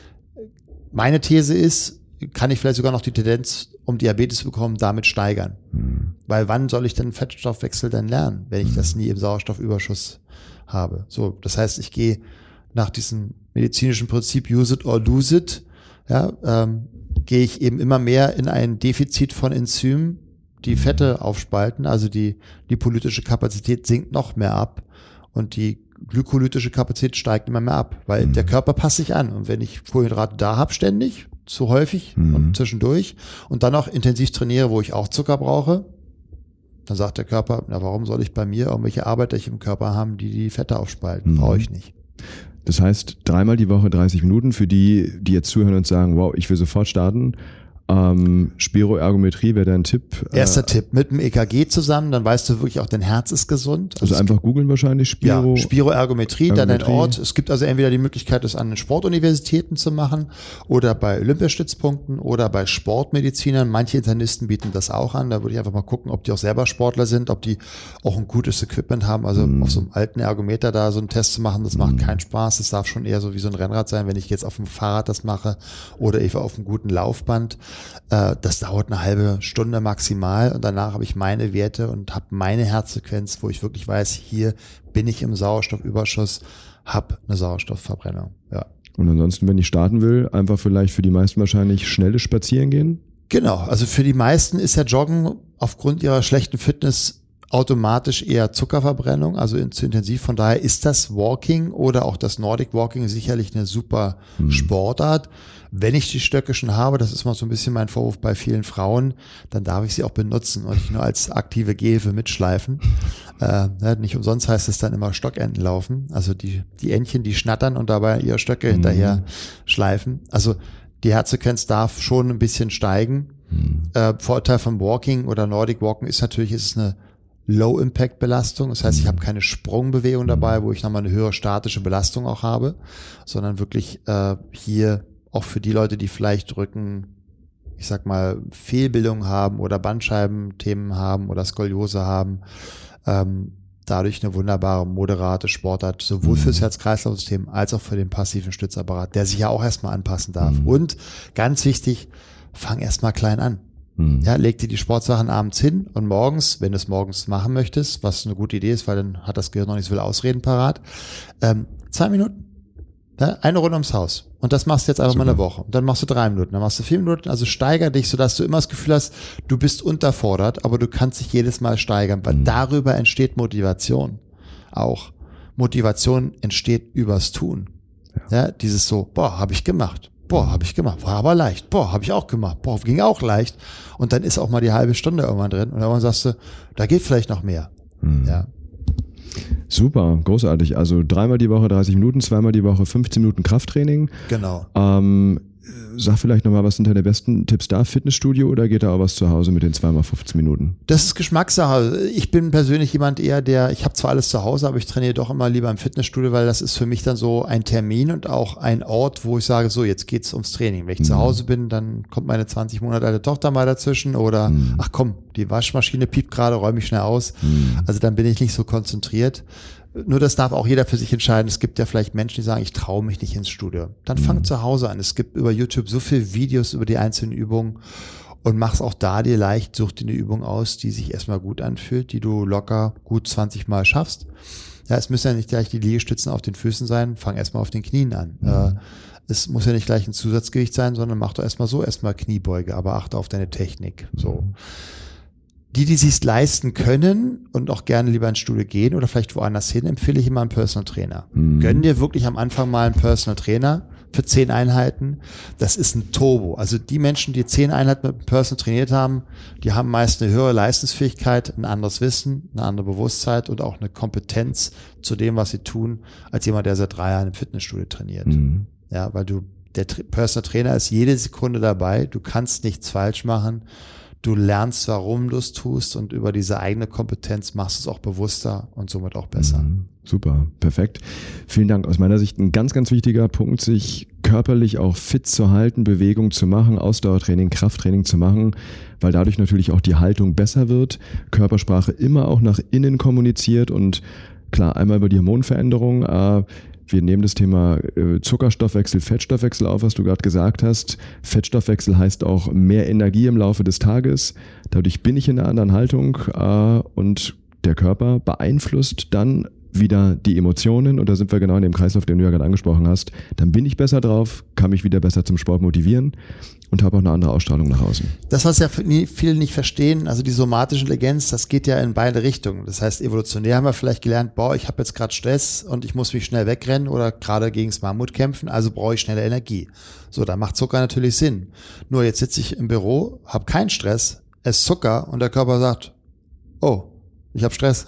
meine These ist, kann ich vielleicht sogar noch die Tendenz, um Diabetes zu bekommen, damit steigern. Mhm. Weil wann soll ich denn Fettstoffwechsel denn lernen, wenn ich mhm. das nie im Sauerstoffüberschuss habe? So, das heißt, ich gehe nach diesem medizinischen Prinzip use it or lose it, ja, ähm, gehe ich eben immer mehr in ein Defizit von Enzymen, die Fette aufspalten, also die lipolytische Kapazität sinkt noch mehr ab und die glykolytische Kapazität steigt immer mehr ab, weil mhm. der Körper passt sich an und wenn ich Kohlenhydrate da habe ständig, zu häufig mhm. und zwischendurch und dann noch intensiv trainiere, wo ich auch Zucker brauche, dann sagt der Körper, na warum soll ich bei mir irgendwelche Arbeiter im Körper haben, die die Fette aufspalten? Mhm. Brauche ich nicht. Das heißt, dreimal die Woche dreißig Minuten für die, die jetzt zuhören und sagen, wow, ich will sofort starten. Ähm, Spiroergometrie wäre dein Tipp. Erster äh, Tipp, mit dem E K G zusammen, dann weißt du wirklich auch, dein Herz ist gesund. Also, also einfach googeln wahrscheinlich, Spiro. Ja, Spiroergometrie, dann dein Ort. Es gibt also entweder die Möglichkeit, das an den Sportuniversitäten zu machen oder bei Olympiastützpunkten oder bei Sportmedizinern. Manche Internisten bieten das auch an. Da würde ich einfach mal gucken, ob die auch selber Sportler sind, ob die auch ein gutes Equipment haben. Also mhm. auf so einem alten Ergometer da so einen Test zu machen, das macht mhm. keinen Spaß. Das darf schon eher so wie so ein Rennrad sein, wenn ich jetzt auf dem Fahrrad das mache oder eben auf einem guten Laufband. Das dauert eine halbe Stunde maximal und danach habe ich meine Werte und habe meine Herzfrequenz, wo ich wirklich weiß, hier bin ich im Sauerstoffüberschuss, habe eine Sauerstoffverbrennung. Ja. Und ansonsten, wenn ich starten will, einfach vielleicht für die meisten wahrscheinlich schnelles Spazieren gehen? Genau, also für die meisten ist ja Joggen aufgrund ihrer schlechten Fitness automatisch eher Zuckerverbrennung, also zu intensiv. Von daher ist das Walking oder auch das Nordic Walking sicherlich eine super hm. Sportart. Wenn ich die Stöcke schon habe, das ist mal so ein bisschen mein Vorwurf bei vielen Frauen, dann darf ich sie auch benutzen und nicht nur als aktive Gehhilfe mitschleifen. Äh, ne, nicht umsonst heißt es dann immer Stockenten laufen. Also die, die Entchen, die schnattern und dabei ihre Stöcke hm. hinterher schleifen. Also die Herzfrequenz darf schon ein bisschen steigen. Hm. Äh, Vorteil vom Walking oder Nordic Walking ist natürlich, ist es eine Low-Impact-Belastung. Das heißt, ich habe keine Sprungbewegung dabei, wo ich nochmal eine höhere statische Belastung auch habe, sondern wirklich äh, hier auch für die Leute, die vielleicht Rücken, ich sag mal, Fehlbildungen haben oder Bandscheibenthemen haben oder Skoliose haben, ähm, dadurch eine wunderbare, moderate Sportart, sowohl fürs Herz-Kreislauf-System als auch für den passiven Stützapparat, der sich ja auch erstmal anpassen darf. Mhm. Und ganz wichtig, fang erstmal klein an. Mhm. Ja, leg dir die Sportsachen abends hin und morgens, wenn du es morgens machen möchtest, was eine gute Idee ist, weil dann hat das Gehirn noch nicht so viele Ausreden parat, ähm, zwei Minuten. Ja, eine Runde ums Haus. Und das machst du jetzt einfach Super. mal eine Woche. Und dann machst du drei Minuten, dann machst du vier Minuten. Also steiger dich, sodass du immer das Gefühl hast, du bist unterfordert, aber du kannst dich jedes Mal steigern, weil mhm. darüber entsteht Motivation. Auch Motivation entsteht übers Tun. Ja, ja dieses so, boah, habe ich gemacht. Boah, habe ich gemacht. War aber leicht. Boah, habe ich auch gemacht. Boah, ging auch leicht. Und dann ist auch mal die halbe Stunde irgendwann drin. Und irgendwann sagst du, da geht vielleicht noch mehr. Mhm. Ja. Super, großartig. Also dreimal die Woche dreißig Minuten, zweimal die Woche fünfzehn Minuten Krafttraining. Genau. Ähm, sag vielleicht nochmal, was sind deine besten Tipps da? Fitnessstudio oder geht da auch was zu Hause mit den zweimal fünfzehn Minuten? Das ist Geschmackssache. Ich bin persönlich jemand eher, der, ich habe zwar alles zu Hause, aber ich trainiere doch immer lieber im Fitnessstudio, weil das ist für mich dann so ein Termin und auch ein Ort, wo ich sage, so jetzt geht's ums Training. Wenn ich mhm. zu Hause bin, dann kommt meine zwanzig Monate alte Tochter mal dazwischen oder mhm. ach komm, die Waschmaschine piept gerade, räume ich schnell aus. Mhm. Also dann bin ich nicht so konzentriert. Nur das darf auch jeder für sich entscheiden. Es gibt ja vielleicht Menschen, die sagen, ich traue mich nicht ins Studio. Dann fang mhm. zu Hause an. Es gibt über YouTube so viele Videos über die einzelnen Übungen und mach's auch da dir leicht. Such dir eine Übung aus, die sich erstmal gut anfühlt, die du locker gut zwanzig Mal schaffst. Ja, es müssen ja nicht gleich die Liegestützen auf den Füßen sein. Fang erstmal auf den Knien an. Mhm. Äh, es muss ja nicht gleich ein Zusatzgewicht sein, sondern mach doch erstmal so, erstmal Kniebeuge, aber achte auf deine Technik. So. Die, die sich's leisten können und auch gerne lieber ins Studio gehen oder vielleicht woanders hin, empfehle ich immer einen Personal Trainer. Mhm. Gönn dir wirklich am Anfang mal einen Personal Trainer für zehn Einheiten. Das ist ein Turbo. Also die Menschen, die zehn Einheiten mit einem Personal trainiert haben, die haben meist eine höhere Leistungsfähigkeit, ein anderes Wissen, eine andere Bewusstheit und auch eine Kompetenz zu dem, was sie tun, als jemand, der seit drei Jahren im Fitnessstudio trainiert. Mhm. Ja, weil du, der Personal Trainer ist jede Sekunde dabei. Du kannst nichts falsch machen. Du lernst, warum du es tust und über diese eigene Kompetenz machst du es auch bewusster und somit auch besser. Mhm, super, perfekt. Vielen Dank. Aus meiner Sicht ein ganz, ganz wichtiger Punkt, sich körperlich auch fit zu halten, Bewegung zu machen, Ausdauertraining, Krafttraining zu machen, weil dadurch natürlich auch die Haltung besser wird, Körpersprache immer auch nach innen kommuniziert und klar, einmal über die Hormonveränderung, äh, wir nehmen das Thema Zuckerstoffwechsel, Fettstoffwechsel auf, was du gerade gesagt hast. Fettstoffwechsel heißt auch mehr Energie im Laufe des Tages. Dadurch bin ich in einer anderen Haltung und der Körper beeinflusst dann wieder die Emotionen und da sind wir genau in dem Kreislauf, den du ja gerade angesprochen hast. Dann bin ich besser drauf, kann mich wieder besser zum Sport motivieren und habe auch eine andere Ausstrahlung nach außen. Das, was ja viele nicht verstehen, also die somatische Intelligenz, das geht ja in beide Richtungen. Das heißt, evolutionär haben wir vielleicht gelernt, boah, ich habe jetzt gerade Stress und ich muss mich schnell wegrennen oder gerade gegen das Mammut kämpfen, also brauche ich schnelle Energie. So, da macht Zucker natürlich Sinn. Nur jetzt sitze ich im Büro, habe keinen Stress, esse Zucker und der Körper sagt, oh, ich habe Stress.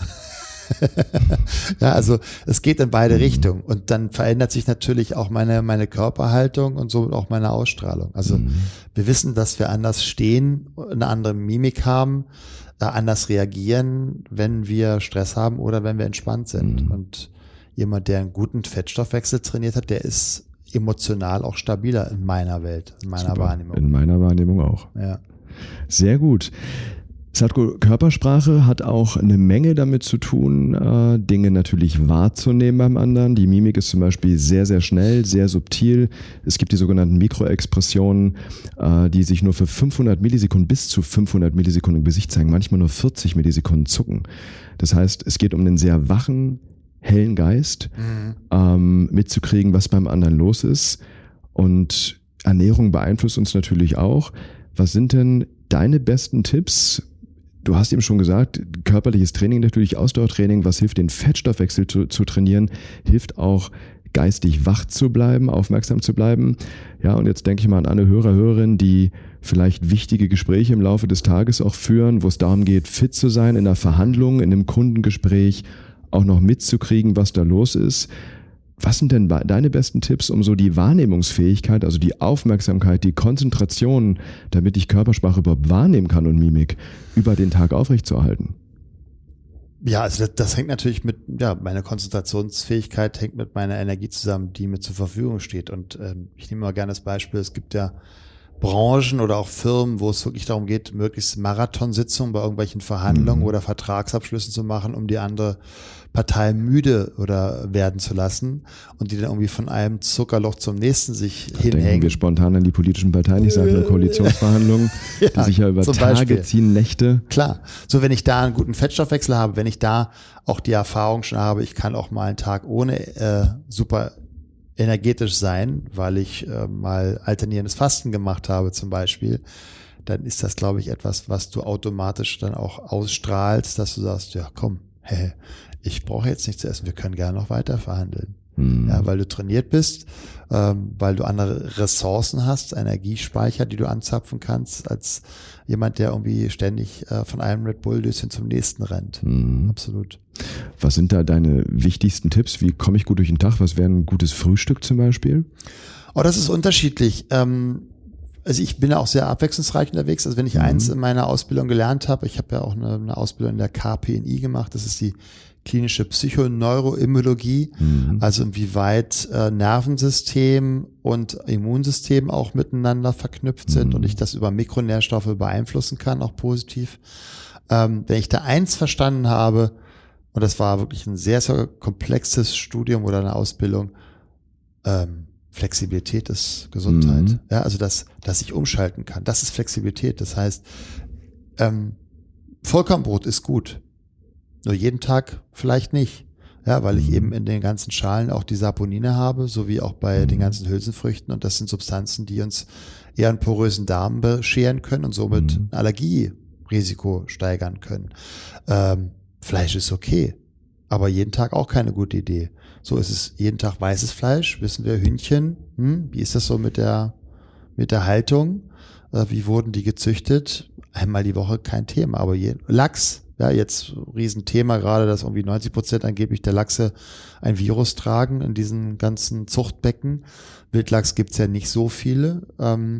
Ja, also es geht in beide Richtungen und dann verändert sich natürlich auch meine meine Körperhaltung und somit auch meine Ausstrahlung. Also mhm. wir wissen, dass wir anders stehen, eine andere Mimik haben, äh, anders reagieren, wenn wir Stress haben oder wenn wir entspannt sind. Mhm. Und jemand, der einen guten Fettstoffwechsel trainiert hat, der ist emotional auch stabiler in meiner Welt, in meiner Super. Wahrnehmung. In meiner Wahrnehmung auch. Ja. Sehr gut. Sadhguru, Körpersprache hat auch eine Menge damit zu tun, äh, Dinge natürlich wahrzunehmen beim anderen. Die Mimik ist zum Beispiel sehr, sehr schnell, sehr subtil. Es gibt die sogenannten Mikroexpressionen, äh, die sich nur für fünfhundert Millisekunden bis zu fünfhundert Millisekunden im Gesicht zeigen, manchmal nur vierzig Millisekunden zucken. Das heißt, es geht um einen sehr wachen, hellen Geist, mhm. ähm, mitzukriegen, was beim anderen los ist. Und Ernährung beeinflusst uns natürlich auch. Was sind denn deine besten Tipps? Du hast eben schon gesagt, körperliches Training, natürlich Ausdauertraining, was hilft, den Fettstoffwechsel zu, zu trainieren, hilft auch geistig wach zu bleiben, aufmerksam zu bleiben. Ja, und jetzt denke ich mal an alle Hörer, Hörerinnen, die vielleicht wichtige Gespräche im Laufe des Tages auch führen, wo es darum geht, fit zu sein in einer Verhandlung, in einem Kundengespräch, auch noch mitzukriegen, was da los ist. Was sind denn deine besten Tipps, um so die Wahrnehmungsfähigkeit, also die Aufmerksamkeit, die Konzentration, damit ich Körpersprache überhaupt wahrnehmen kann und Mimik, über den Tag aufrechtzuerhalten? Ja, also das, das hängt natürlich mit, ja, meine Konzentrationsfähigkeit hängt mit meiner Energie zusammen, die mir zur Verfügung steht. Und ähm, ich nehme mal gerne das Beispiel, es gibt ja Branchen oder auch Firmen, wo es wirklich darum geht, möglichst Marathonsitzungen bei irgendwelchen Verhandlungen mhm. oder Vertragsabschlüssen zu machen, um die andere Partei müde oder werden zu lassen und die dann irgendwie von einem Zuckerloch zum nächsten sich da hinhängen. Denken wir spontan an die politischen Parteien, ich sage nur Koalitionsverhandlungen, ja, die sich ja über Tage Beispiel. ziehen, Nächte. Klar, so wenn ich da einen guten Fettstoffwechsel habe, wenn ich da auch die Erfahrung schon habe, ich kann auch mal einen Tag ohne äh, super energetisch sein, weil ich äh, mal alternierendes Fasten gemacht habe zum Beispiel, dann ist das, glaube ich, etwas, was du automatisch dann auch ausstrahlst, dass du sagst, ja komm, hä, ich brauche jetzt nichts zu essen, wir können gerne noch weiter verhandeln. Mhm. Ja, weil du trainiert bist, ähm, weil du andere Ressourcen hast, Energiespeicher, die du anzapfen kannst, als jemand, der irgendwie ständig äh, von einem Red Bull-Döschen zum nächsten rennt. Mhm. Absolut. Was sind da deine wichtigsten Tipps? Wie komme ich gut durch den Tag? Was wäre ein gutes Frühstück zum Beispiel? Oh, das ist unterschiedlich. Ähm, also ich bin ja auch sehr abwechslungsreich unterwegs. Also wenn ich mhm. eins in meiner Ausbildung gelernt habe, ich habe ja auch eine, eine Ausbildung in der K P N I gemacht, das ist die klinische Psychoneuroimmunologie, mhm. also inwieweit äh, Nervensystem und Immunsystem auch miteinander verknüpft sind mhm. und ich das über Mikronährstoffe beeinflussen kann, auch positiv. Ähm, wenn ich da eins verstanden habe, und das war wirklich ein sehr, sehr komplexes Studium oder eine Ausbildung, ähm, Flexibilität ist Gesundheit. Mhm. Ja, also dass, dass ich umschalten kann, das ist Flexibilität. Das heißt, ähm, Vollkornbrot ist gut. Nur jeden Tag vielleicht nicht. Ja, weil ich eben in den ganzen Schalen auch die Saponine habe, sowie auch bei den ganzen Hülsenfrüchten. Und das sind Substanzen, die uns eher einen porösen Darm bescheren können und somit ein Allergierisiko steigern können. Ähm, Fleisch ist okay, aber jeden Tag auch keine gute Idee. So ist es jeden Tag weißes Fleisch, wissen wir, Hühnchen. Hm, wie ist das so mit der, mit der Haltung? Äh, wie wurden die gezüchtet? Einmal die Woche kein Thema, aber je, Lachs. Ja, jetzt Riesenthema gerade, dass irgendwie neunzig Prozent angeblich der Lachse ein Virus tragen in diesen ganzen Zuchtbecken. Wildlachs gibt's ja nicht so viele. Ähm,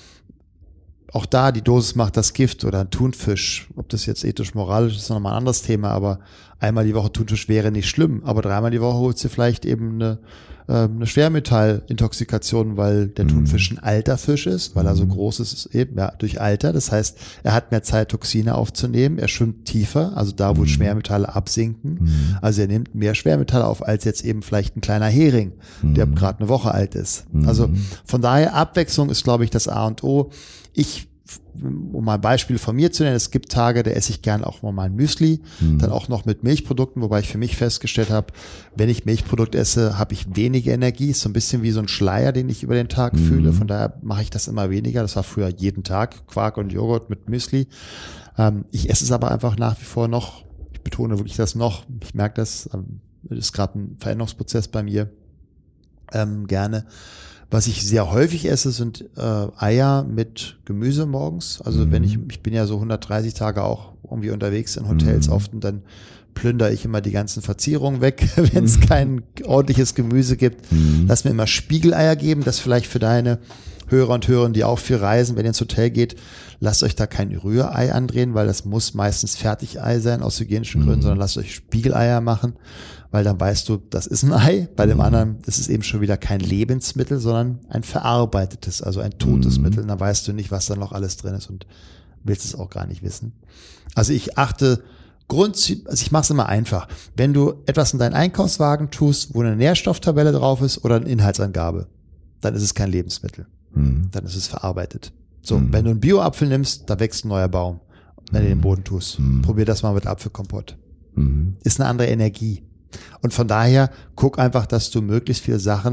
auch da, die Dosis macht das Gift oder ein Thunfisch. Ob das jetzt ethisch-moralisch ist, ist nochmal ein anderes Thema, aber einmal die Woche Thunfisch wäre nicht schlimm, aber dreimal die Woche holst du vielleicht eben eine, äh, eine Schwermetallintoxikation, weil der mhm. Thunfisch ein alter Fisch ist, weil er so groß ist, eben ja, durch Alter. Das heißt, er hat mehr Zeit, Toxine aufzunehmen, er schwimmt tiefer, also da, wo mhm. Schwermetalle absinken. Mhm. Also er nimmt mehr Schwermetalle auf, als jetzt eben vielleicht ein kleiner Hering, mhm. der gerade eine Woche alt ist. Mhm. Also von daher, Abwechslung ist, glaube ich, das A und O. Ich, um mal ein Beispiel von mir zu nennen, es gibt Tage, da esse ich gern auch mal ein Müsli, mhm. dann auch noch mit Milchprodukten, wobei ich für mich festgestellt habe, wenn ich Milchprodukt esse, habe ich weniger Energie, ist so ein bisschen wie so ein Schleier, den ich über den Tag mhm. fühle, von daher mache ich das immer weniger, das war früher jeden Tag, Quark und Joghurt mit Müsli. Ähm, ich esse es aber einfach nach wie vor noch, ich betone wirklich das noch, ich merke das, ähm, das ist gerade ein Veränderungsprozess bei mir, ähm, gerne. Was ich sehr häufig esse, sind äh, Eier mit Gemüse morgens. Also mhm. wenn ich, ich bin ja so hundertdreißig Tage auch irgendwie unterwegs in Hotels mhm. oft und dann plündere ich immer die ganzen Verzierungen weg, wenn es mhm. kein ordentliches Gemüse gibt. Mhm. Lass mir immer Spiegeleier geben, das vielleicht für deine Hörer und Hörerinnen, die auch viel reisen, wenn ihr ins Hotel geht, lasst euch da kein Rührei andrehen, weil das muss meistens Fertigei sein aus hygienischen Gründen, mhm. sondern lasst euch Spiegeleier machen, weil dann weißt du, das ist ein Ei. Bei dem anderen, das ist eben schon wieder kein Lebensmittel, sondern ein verarbeitetes, also ein totes mhm. Mittel. Und dann weißt du nicht, was da noch alles drin ist und willst es auch gar nicht wissen. Also ich achte grundsätzlich, also ich mache es immer einfach. Wenn du etwas in deinen Einkaufswagen tust, wo eine Nährstofftabelle drauf ist oder eine Inhaltsangabe, dann ist es kein Lebensmittel. Mhm. Dann ist es verarbeitet. So, mhm. wenn du einen Bio-Apfel nimmst, da wächst ein neuer Baum, wenn mhm. du den Boden tust. Mhm. Probier das mal mit Apfelkompott. Mhm. Ist eine andere Energie. Und von daher guck einfach, dass du möglichst viele Sachen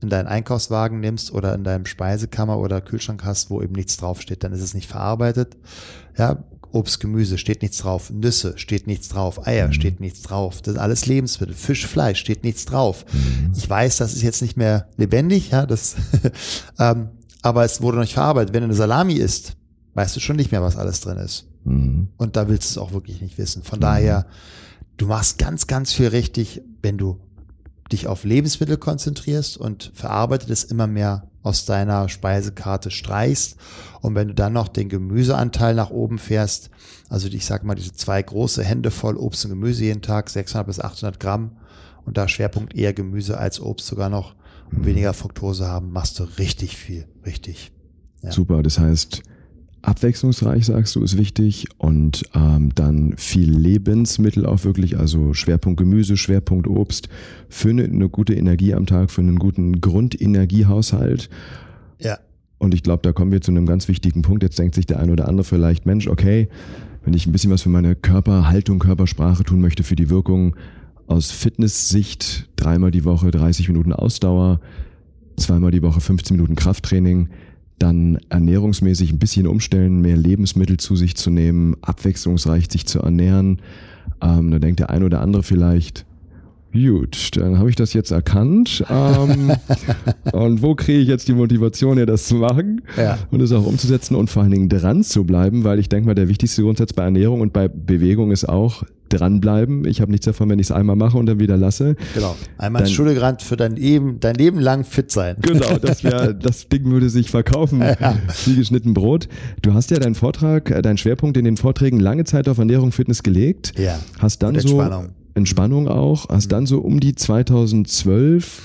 in deinen Einkaufswagen nimmst oder in deinem Speisekammer oder Kühlschrank hast, wo eben nichts draufsteht, dann ist es nicht verarbeitet. Ja, Obst, Gemüse steht nichts drauf, Nüsse steht nichts drauf, Eier mhm. steht nichts drauf. Das sind alles Lebensmittel. Fisch, Fleisch steht nichts drauf. Mhm. Ich weiß, das ist jetzt nicht mehr lebendig, ja, das, ähm, aber es wurde noch nicht verarbeitet. Wenn du eine Salami isst, weißt du schon nicht mehr, was alles drin ist. Mhm. Und da willst du es auch wirklich nicht wissen. Von mhm. daher, du machst ganz, ganz viel richtig, wenn du dich auf Lebensmittel konzentrierst und verarbeitetes immer mehr aus deiner Speisekarte streichst. Und wenn du dann noch den Gemüseanteil nach oben fährst, also ich sag mal, diese zwei große Hände voll Obst und Gemüse jeden Tag, sechshundert bis achthundert Gramm, und da Schwerpunkt eher Gemüse als Obst sogar noch, und mhm. weniger Fructose haben, machst du richtig viel, richtig. Ja. Super, das heißt, abwechslungsreich, sagst du, ist wichtig, und ähm, dann viel Lebensmittel auch wirklich, also Schwerpunkt Gemüse, Schwerpunkt Obst, für eine, eine gute Energie am Tag, für einen guten Grundenergiehaushalt. Ja. Und ich glaube, da kommen wir zu einem ganz wichtigen Punkt. Jetzt denkt sich der ein oder andere vielleicht, Mensch, okay, wenn ich ein bisschen was für meine Körperhaltung, Körpersprache tun möchte, für die Wirkung aus Fitnesssicht, dreimal die Woche dreißig Minuten Ausdauer, zweimal die Woche fünfzehn Minuten Krafttraining, dann ernährungsmäßig ein bisschen umstellen, mehr Lebensmittel zu sich zu nehmen, abwechslungsreich sich zu ernähren. Ähm, da denkt der ein oder andere vielleicht, gut, dann habe ich das jetzt erkannt. Ähm, und wo kriege ich jetzt die Motivation, ja, das zu machen ja. und es auch umzusetzen und vor allen Dingen dran zu bleiben, weil ich denke mal, der wichtigste Grundsatz bei Ernährung und bei Bewegung ist auch dranbleiben. Ich habe nichts davon, wenn ich es einmal mache und dann wieder lasse. Genau. Einmal ins Schule gerannt, für dein Leben, dein Leben lang fit sein. Genau, das wäre, das Ding würde sich verkaufen ja. wie geschnitten Brot. Du hast ja deinen Vortrag, deinen Schwerpunkt in den Vorträgen lange Zeit auf Ernährung, Fitness gelegt. Ja. Hast dann und Entspannung. so Entspannung auch, hast mhm. dann so um die zweitausendzwölf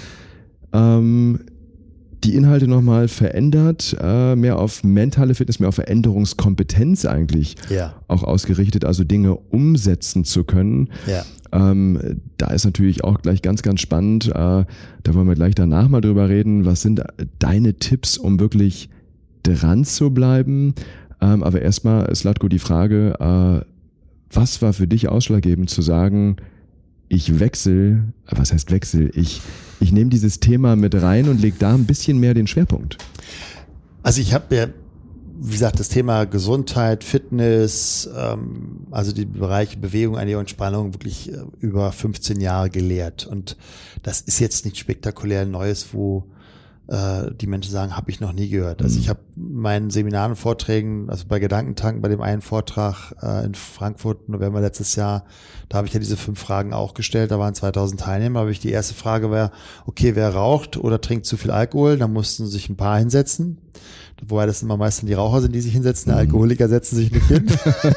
ähm, die Inhalte nochmal verändert, äh, mehr auf mentale Fitness, mehr auf Veränderungskompetenz eigentlich ja. auch ausgerichtet, also Dinge umsetzen zu können. Ja. Ähm, da ist natürlich auch gleich ganz, ganz spannend, äh, da wollen wir gleich danach mal drüber reden, was sind deine Tipps, um wirklich dran zu bleiben? Ähm, aber erstmal, Zlatko, die Frage, äh, was war für dich ausschlaggebend zu sagen, ich wechsle, was heißt wechsel, ich Ich nehme dieses Thema mit rein und lege da ein bisschen mehr den Schwerpunkt. Also ich habe ja, wie gesagt, das Thema Gesundheit, Fitness, ähm, also die Bereiche Bewegung, Ernährung und Entspannung wirklich äh, über fünfzehn Jahre gelehrt. Und das ist jetzt nicht spektakulär Neues, wo äh, die Menschen sagen, habe ich noch nie gehört. Also ich habe meinen Seminaren und Vorträgen, also bei Gedankentanken, bei dem einen Vortrag äh, in Frankfurt, November letztes Jahr, da habe ich ja diese fünf Fragen auch gestellt, da waren zweitausend Teilnehmer, aber ich die erste Frage war, okay, wer raucht oder trinkt zu viel Alkohol? Da mussten sich ein paar hinsetzen, wobei das immer meistens die Raucher sind, die sich hinsetzen, die Alkoholiker setzen sich nicht hin.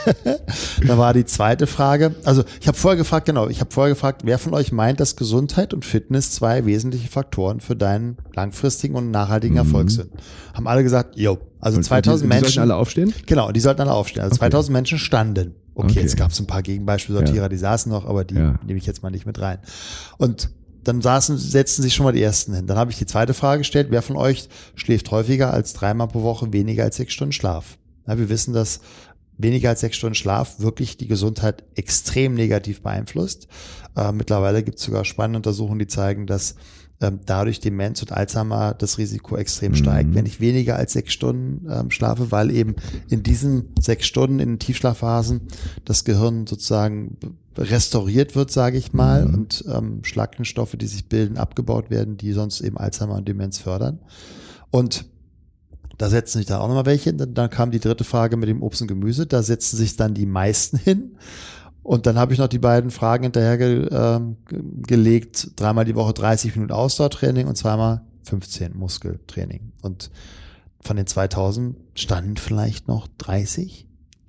Da war die zweite Frage, also ich habe vorher gefragt, genau, ich habe vorher gefragt, wer von euch meint, dass Gesundheit und Fitness zwei wesentliche Faktoren für deinen langfristigen und nachhaltigen Mhm. Erfolg sind? Haben alle gesagt, jo. Also und zweitausend die, die Menschen. Die sollten alle aufstehen? Genau, die sollten alle aufstehen. Also okay. zweitausend Menschen standen. Okay, okay. Jetzt gab es ein paar Gegenbeispielsortierer, ja. die saßen noch, aber die ja. nehme ich jetzt mal nicht mit rein. Und dann saßen, setzten sich schon mal die ersten hin. Dann habe ich die zweite Frage gestellt, wer von euch schläft häufiger als dreimal pro Woche weniger als sechs Stunden Schlaf? Ja, wir wissen, dass weniger als sechs Stunden Schlaf wirklich die Gesundheit extrem negativ beeinflusst. Äh, mittlerweile gibt es sogar spannende Untersuchungen, die zeigen, dass ähm, dadurch Demenz und Alzheimer das Risiko extrem mhm. steigt, wenn ich weniger als sechs Stunden ähm, schlafe, weil eben in diesen sechs Stunden in den Tiefschlafphasen das Gehirn sozusagen restauriert wird, sage ich mal, mhm. und ähm, Schlackenstoffe, die sich bilden, abgebaut werden, die sonst eben Alzheimer und Demenz fördern. Und da setzen sich dann auch nochmal welche hin. Dann, dann kam die dritte Frage mit dem Obst und Gemüse. Da setzen sich dann die meisten hin. Und dann habe ich noch die beiden Fragen hinterher ge, äh, gelegt. Dreimal die Woche dreißig Minuten Ausdauertraining und zweimal fünfzehn Muskeltraining. Und von den zweitausend standen vielleicht noch dreißig.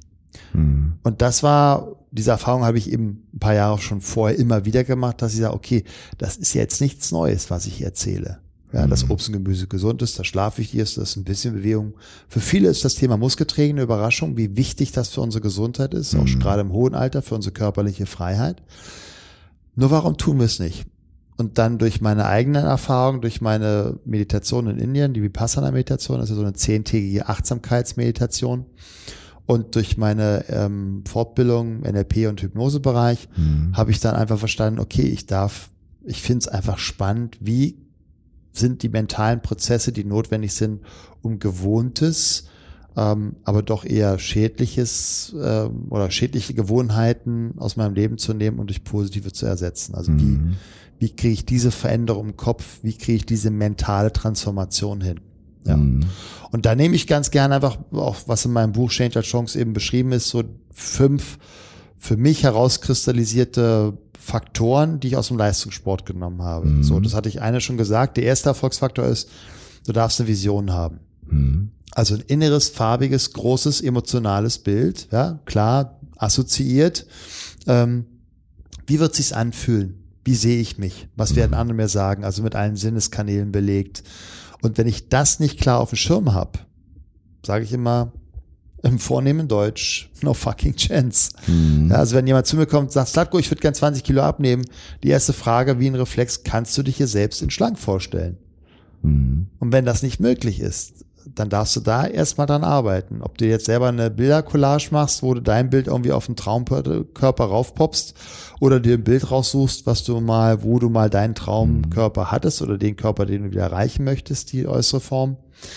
Mhm. Und das war, diese Erfahrung habe ich eben ein paar Jahre schon vorher immer wieder gemacht, dass ich sage, okay, das ist jetzt nichts Neues, was ich erzähle. Ja, dass Obst und Gemüse gesund ist, dass Schlaf wichtig ist, dass ein bisschen Bewegung. Für viele ist das Thema Muskeltraining eine Überraschung, wie wichtig das für unsere Gesundheit ist, auch mhm. gerade im hohen Alter, für unsere körperliche Freiheit. Nur warum tun wir es nicht? Und dann durch meine eigenen Erfahrungen, durch meine Meditation in Indien, die Vipassana-Meditation, das ist ja so eine zehntägige Achtsamkeitsmeditation, und durch meine ähm, Fortbildung im N L P- und Hypnosebereich mhm. habe ich dann einfach verstanden, okay, ich darf, ich finde es einfach spannend, wie sind die mentalen Prozesse, die notwendig sind, um Gewohntes, ähm, aber doch eher Schädliches ähm, oder schädliche Gewohnheiten aus meinem Leben zu nehmen und durch positive zu ersetzen. Also wie, Mhm. wie kriege ich diese Veränderung im Kopf, wie kriege ich diese mentale Transformation hin? Ja. Mhm. Und da nehme ich ganz gerne einfach auch, was in meinem Buch Change Your Chance eben beschrieben ist, so fünf für mich herauskristallisierte Faktoren, die ich aus dem Leistungssport genommen habe. Mhm. So, das hatte ich eine schon gesagt. Der erste Erfolgsfaktor ist, du darfst eine Vision haben. Mhm. Also ein inneres, farbiges, großes, emotionales Bild, ja, klar, assoziiert. Ähm, wie wird sich's anfühlen? Wie sehe ich mich? Was werden andere mir sagen? Also mit allen Sinneskanälen belegt. Und wenn ich das nicht klar auf dem Schirm habe, sage ich immer im vornehmen Deutsch, no fucking chance. Mhm. Ja, also wenn jemand zu mir kommt und sagt, Slatko, ich würde gern zwanzig Kilo abnehmen, die erste Frage wie ein Reflex, kannst du dich hier selbst in schlank vorstellen? Mhm. Und wenn das nicht möglich ist, dann darfst du da erstmal dran arbeiten. Ob du jetzt selber eine Bildercollage machst, wo du dein Bild irgendwie auf den Traumkörper raufpoppst oder dir ein Bild raussuchst, was du mal, wo du mal deinen Traumkörper hattest oder den Körper, den du wieder erreichen möchtest, die äußere Form,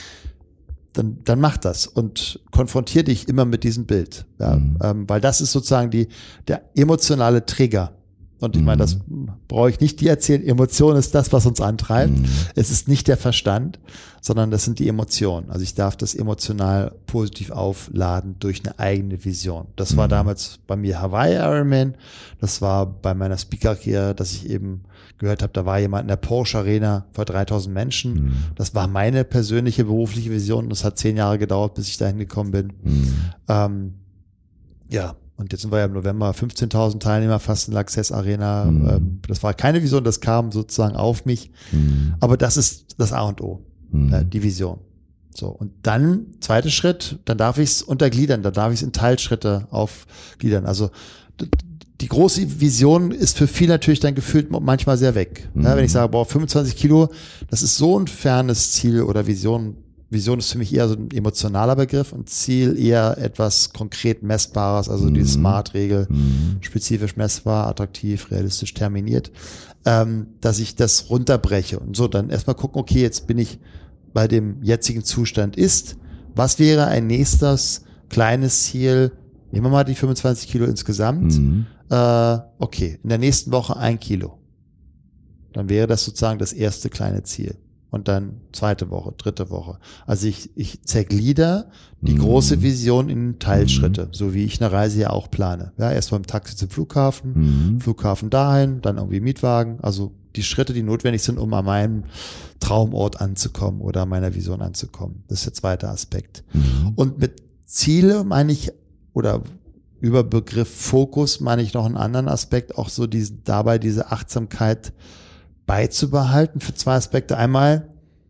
dann, dann mach das und konfrontier dich immer mit diesem Bild. Ja, Mhm. ähm, weil das ist sozusagen die, der emotionale Trigger. Und ich meine, das brauche ich nicht dir erzählen. Emotion ist das, was uns antreibt. Mhm. Es ist nicht der Verstand, sondern das sind die Emotionen. Also ich darf das emotional positiv aufladen durch eine eigene Vision. Das war Mhm. damals bei mir Hawaii Ironman. Das war bei meiner Speaker-Karriere, dass ich eben gehört habe, da war jemand in der Porsche Arena vor dreitausend Menschen. Mhm. Das war meine persönliche berufliche Vision. Und es hat zehn Jahre gedauert, bis ich dahin gekommen bin. Mhm. Ähm, ja, und jetzt sind wir ja im November, fünfzehntausend Teilnehmer, fast in der Access Arena. Mhm. Ähm, das war keine Vision, das kam sozusagen auf mich. Mhm. Aber das ist das A und O, Mhm. äh, die Vision. So, und dann, zweiter Schritt, dann darf ich es untergliedern, dann darf ich es in Teilschritte aufgliedern. Also d- die große Vision ist für viele natürlich dann gefühlt manchmal sehr weg. Mhm. Ja, wenn ich sage, boah, fünfundzwanzig Kilo, das ist so ein fernes Ziel oder Vision. Vision ist für mich eher so ein emotionaler Begriff und Ziel eher etwas konkret Messbares, also die Mhm. Smart-Regel, Mhm. spezifisch messbar, attraktiv, realistisch terminiert, ähm, dass ich das runterbreche und so dann erstmal gucken, okay, jetzt bin ich bei dem jetzigen Zustand ist, was wäre ein nächstes kleines Ziel, nehmen wir mal die fünfundzwanzig Kilo insgesamt, Mhm. äh, okay, in der nächsten Woche ein Kilo. Dann wäre das sozusagen das erste kleine Ziel. Und dann zweite Woche, dritte Woche. Also ich, ich zerglieder die Mhm. große Vision in Teilschritte, so wie ich eine Reise ja auch plane. Ja, erstmal im Taxi zum Flughafen, Mhm. Flughafen dahin, dann irgendwie Mietwagen. Also die Schritte, die notwendig sind, um an meinem Traumort anzukommen oder an meiner Vision anzukommen. Das ist der zweite Aspekt. Mhm. Und mit Ziele meine ich, oder über Begriff Fokus meine ich noch einen anderen Aspekt, auch so diese, dabei diese Achtsamkeit beizubehalten für zwei Aspekte. Einmal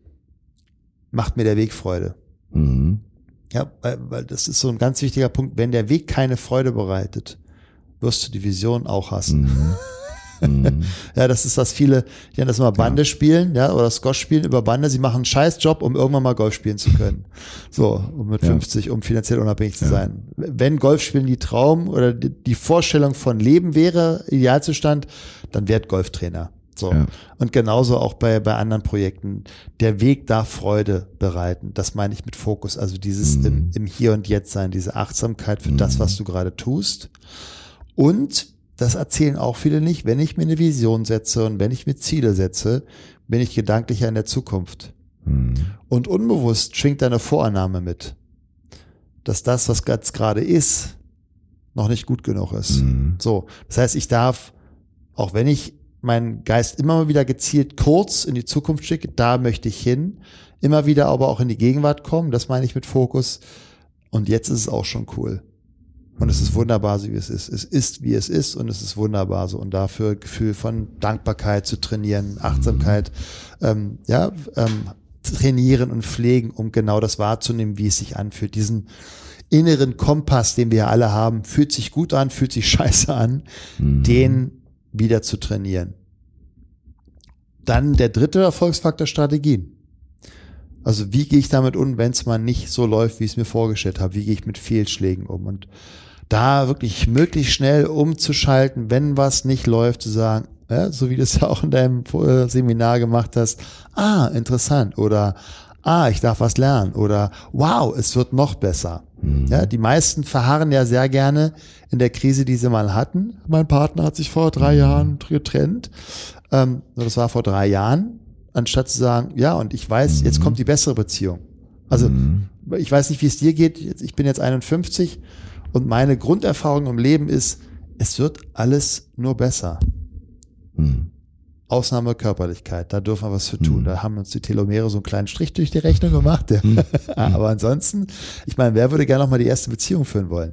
macht mir der Weg Freude. Mhm. Ja, weil, weil das ist so ein ganz wichtiger Punkt. Wenn der Weg keine Freude bereitet, wirst du die Vision auch hassen. Mhm. Mhm. Ja, das ist, was viele, die haben das immer Bande spielen, ja, oder Squash spielen über Bande. Sie machen einen scheiß Job, um irgendwann mal Golf spielen zu können. So, um mit Ja. fünfzig, um finanziell unabhängig zu Ja. sein. Wenn Golfspielen die Traum oder die, die Vorstellung von Leben wäre, Idealzustand, dann werd Golftrainer. So. Ja. Und genauso auch bei, bei anderen Projekten. Der Weg darf Freude bereiten. Das meine ich mit Fokus. Also dieses Mhm. im, im Hier und Jetzt sein, diese Achtsamkeit für Mhm. das, was du gerade tust. Und das erzählen auch viele nicht. Wenn ich mir eine Vision setze und wenn ich mir Ziele setze, bin ich gedanklicher in der Zukunft. Mhm. Und unbewusst schwingt eine Vorannahme mit, dass das, was jetzt gerade ist, noch nicht gut genug ist. Mhm. So. Das heißt, ich darf, auch wenn ich meinen Geist immer mal wieder gezielt kurz in die Zukunft schicke, da möchte ich hin, immer wieder aber auch in die Gegenwart kommen, das meine ich mit Fokus. Und jetzt ist es auch schon cool. Und es ist wunderbar, so wie es ist. Es ist, wie es ist und es ist wunderbar so. Und dafür Gefühl von Dankbarkeit zu trainieren, Achtsamkeit, ähm, ja, ähm, trainieren und pflegen, um genau das wahrzunehmen, wie es sich anfühlt. Diesen inneren Kompass, den wir ja alle haben, fühlt sich gut an, fühlt sich scheiße an, Mhm. den wieder zu trainieren. Dann der dritte Erfolgsfaktor, Strategien. Also wie gehe ich damit um, wenn es mal nicht so läuft, wie ich es mir vorgestellt habe? Wie gehe ich mit Fehlschlägen um? Und da wirklich möglichst schnell umzuschalten, wenn was nicht läuft, zu sagen, ja, so wie du es ja auch in deinem äh, Seminar gemacht hast. Ah, interessant. Oder ah, ich darf was lernen. Oder wow, es wird noch besser. Mhm. Ja, die meisten verharren ja sehr gerne in der Krise, die sie mal hatten. Mein Partner hat sich vor drei Jahren getrennt. Ähm, das war vor drei Jahren. Anstatt zu sagen, ja, und ich weiß, jetzt kommt die bessere Beziehung. Also mhm. ich weiß nicht, wie es dir geht. Ich bin jetzt einundfünfzig und meine Grunderfahrung im Leben ist, es wird alles nur besser. Mhm. Ausnahme Körperlichkeit, da dürfen wir was für tun. Mhm. Da haben uns die Telomere so einen kleinen Strich durch die Rechnung gemacht. Ja. Mhm. Aber ansonsten, ich meine, wer würde gerne noch mal die erste Beziehung führen wollen?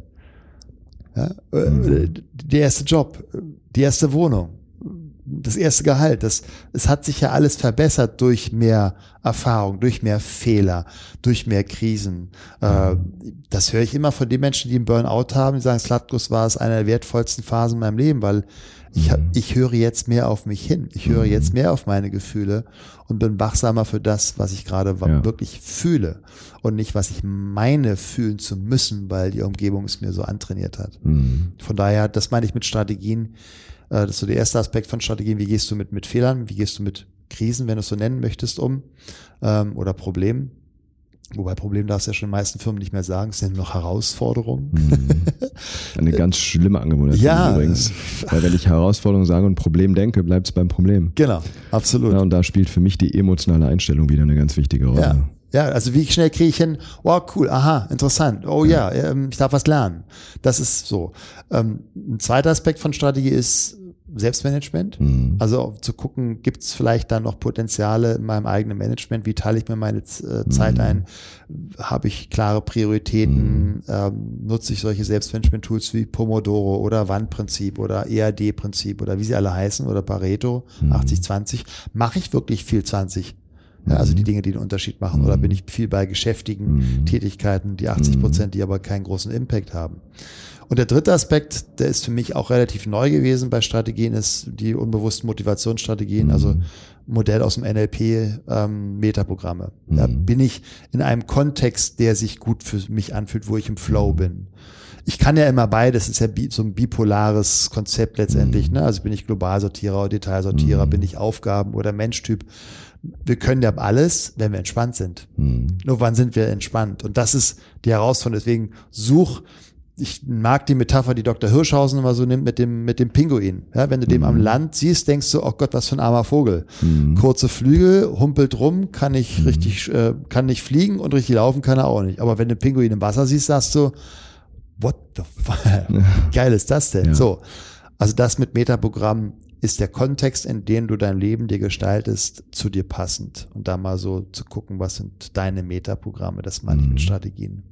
Ja? Mhm. Der erste Job, die erste Wohnung, das erste Gehalt, das, es hat sich ja alles verbessert durch mehr Erfahrung, durch mehr Fehler, durch mehr Krisen. Äh, das höre ich immer von den Menschen, die einen Burnout haben, die sagen, Zlatkus war es eine der wertvollsten Phasen in meinem Leben, weil ich, hab, ich höre jetzt mehr auf mich hin. Ich höre jetzt mehr auf meine Gefühle und bin wachsamer für das, was ich gerade ja. wirklich fühle und nicht, was ich meine fühlen zu müssen, weil die Umgebung es mir so antrainiert hat. Mhm. Von daher, das meine ich mit Strategien. Das ist so der erste Aspekt von Strategien. Wie gehst du mit, mit Fehlern? Wie gehst du mit Krisen, wenn du es so nennen möchtest, um? Ähm, oder Problemen? Wobei Problem darfst du ja schon in den meisten Firmen nicht mehr sagen. Es sind nur noch Herausforderungen. Mhm. Eine ganz schlimme Angewohnheit ja. übrigens. Weil wenn ich Herausforderung sage und Problem denke, bleibt es beim Problem. Genau, absolut. Ja, und da spielt für mich die emotionale Einstellung wieder eine ganz wichtige Rolle. Ja. Ja, also wie schnell kriege ich hin, wow, cool, aha, interessant, oh ja, ja ich darf was lernen. Das ist so. Ähm, ein zweiter Aspekt von Strategie ist Selbstmanagement. Mhm. Also zu gucken, gibt es vielleicht da noch Potenziale in meinem eigenen Management? Wie teile ich mir meine äh, Zeit mhm. ein? Habe ich klare Prioritäten? Mhm. Ähm, nutze ich solche Selbstmanagement-Tools wie Pomodoro oder Wandprinzip oder E A D-Prinzip oder wie sie alle heißen oder Pareto, mhm. achtzig zwanzig? Mache ich wirklich viel zwanzig? Ja, also die Dinge, die den Unterschied machen. Mhm. Oder bin ich viel bei geschäftigen mhm. Tätigkeiten, die achtzig Prozent, die aber keinen großen Impact haben. Und der dritte Aspekt, der ist für mich auch relativ neu gewesen bei Strategien, ist die unbewussten Motivationsstrategien, mhm. also Modell aus dem N L P, ähm, Metaprogramme. Mhm. Da bin ich in einem Kontext, der sich gut für mich anfühlt, wo ich im Flow bin. Ich kann ja immer beides, ist ja so ein bipolares Konzept letztendlich. Ne? Also bin ich Globalsortierer oder Detailsortierer, mhm. bin ich Aufgaben- oder Menschtyp. Wir können ja alles, wenn wir entspannt sind. Mhm. Nur wann sind wir entspannt? Und das ist die Herausforderung. Deswegen such, ich mag die Metapher, die Doktor Hirschhausen immer so nimmt mit dem, mit dem Pinguin. Ja, wenn du den mhm. am Land siehst, denkst du, oh Gott, was für ein armer Vogel. Mhm. Kurze Flügel, humpelt rum, kann nicht mhm. richtig, äh, kann nicht fliegen und richtig laufen kann er auch nicht. Aber wenn du den Pinguin im Wasser siehst, sagst du, what the fuck? Wie geil ist das denn? Ja. So. Also das mit Metaprogramm ist der Kontext, in dem du dein Leben dir gestaltest, zu dir passend. Und da mal so zu gucken, was sind deine Metaprogramme, das meine ich mit Strategien.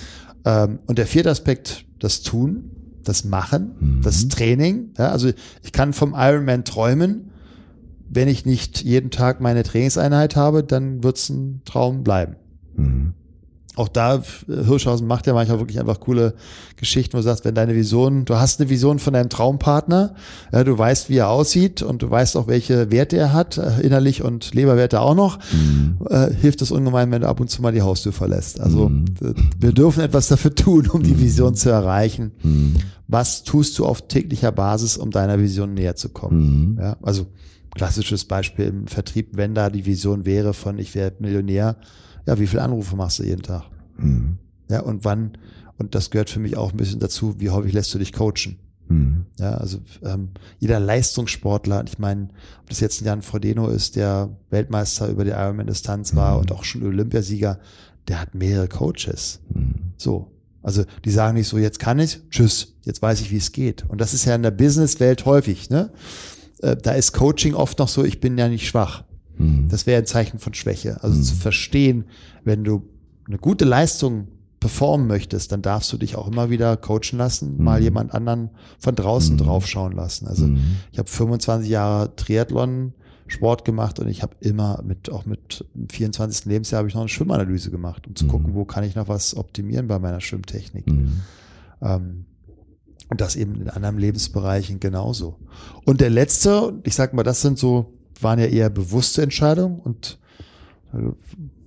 Ähm, und der vierte Aspekt, das Tun, das Machen, mhm. das Training. Ja, also ich kann vom Ironman träumen. Wenn ich nicht jeden Tag meine Trainingseinheit habe, dann wird es ein Traum bleiben. Mhm. Auch da, Hirschhausen macht ja manchmal wirklich einfach coole Geschichten, wo du sagst, wenn deine Vision, du hast eine Vision von deinem Traumpartner, ja, du weißt, wie er aussieht und du weißt auch, welche Werte er hat, innerlich und Leberwerte auch noch, mhm. äh, hilft es ungemein, wenn du ab und zu mal die Haustür verlässt. Also mhm. wir dürfen etwas dafür tun, um die Vision zu erreichen. Mhm. Was tust du auf täglicher Basis, um deiner Vision näher zu kommen? Mhm. Ja, also klassisches Beispiel im Vertrieb, wenn da die Vision wäre von ich werde Millionär, ja, wie viele Anrufe machst du jeden Tag? Mhm. Ja, und wann, und das gehört für mich auch ein bisschen dazu, wie häufig lässt du dich coachen? Mhm. Ja, also ähm, jeder Leistungssportler, ich meine, ob das jetzt ein Jan Frodeno ist, der Weltmeister über die Ironman-Distanz war mhm. und auch schon Olympiasieger, der hat mehrere Coaches. Mhm. So, also die sagen nicht so, jetzt kann ich, tschüss, jetzt weiß ich, wie es geht. Und das ist ja in der Businesswelt häufig, ne? Äh, da ist Coaching oft noch so, ich bin ja nicht schwach. Das wäre ein Zeichen von Schwäche. Also mhm. zu verstehen, wenn du eine gute Leistung performen möchtest, dann darfst du dich auch immer wieder coachen lassen, mhm. mal jemand anderen von draußen mhm. draufschauen lassen. Also mhm. ich habe fünfundzwanzig Jahre Triathlon Sport gemacht und ich habe immer mit, auch mit dem vierundzwanzigsten Lebensjahr habe ich noch eine Schwimmanalyse gemacht, um zu mhm. gucken, wo kann ich noch was optimieren bei meiner Schwimmtechnik. Mhm. Ähm, und das eben in anderen Lebensbereichen genauso. Und der letzte, ich sag mal, das sind so waren ja eher bewusste Entscheidungen und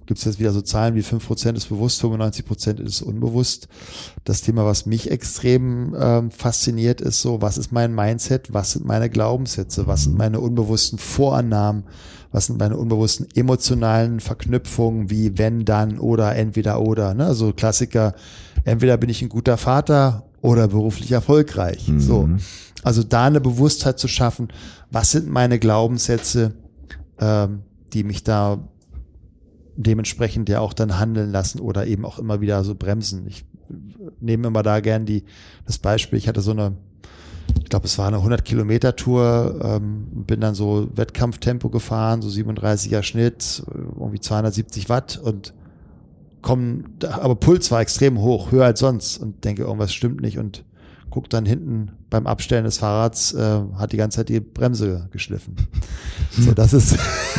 gibt es jetzt wieder so Zahlen wie fünf Prozent ist bewusst, fünfundneunzig Prozent ist unbewusst. Das Thema, was mich extrem ähm, fasziniert, ist so, was ist mein Mindset, was sind meine Glaubenssätze, was sind meine unbewussten Vorannahmen, was sind meine unbewussten emotionalen Verknüpfungen wie wenn, dann oder entweder oder. Ne? Also Klassiker, entweder bin ich ein guter Vater oder beruflich erfolgreich. Mhm. So. Also da eine Bewusstheit zu schaffen, was sind meine Glaubenssätze, ähm, die mich da dementsprechend ja auch dann handeln lassen oder eben auch immer wieder so bremsen. Ich nehme immer da gern die, das Beispiel, ich hatte so eine, ich glaube, es war eine hundert Kilometer Tour, ähm, bin dann so Wettkampftempo gefahren, so siebenunddreißiger Schnitt, irgendwie zweihundertsiebzig Watt und komm, aber Puls war extrem hoch, höher als sonst und denke, irgendwas stimmt nicht und guck dann hinten beim Abstellen des Fahrrads, äh, hat die ganze Zeit die Bremse geschliffen. So, das ist,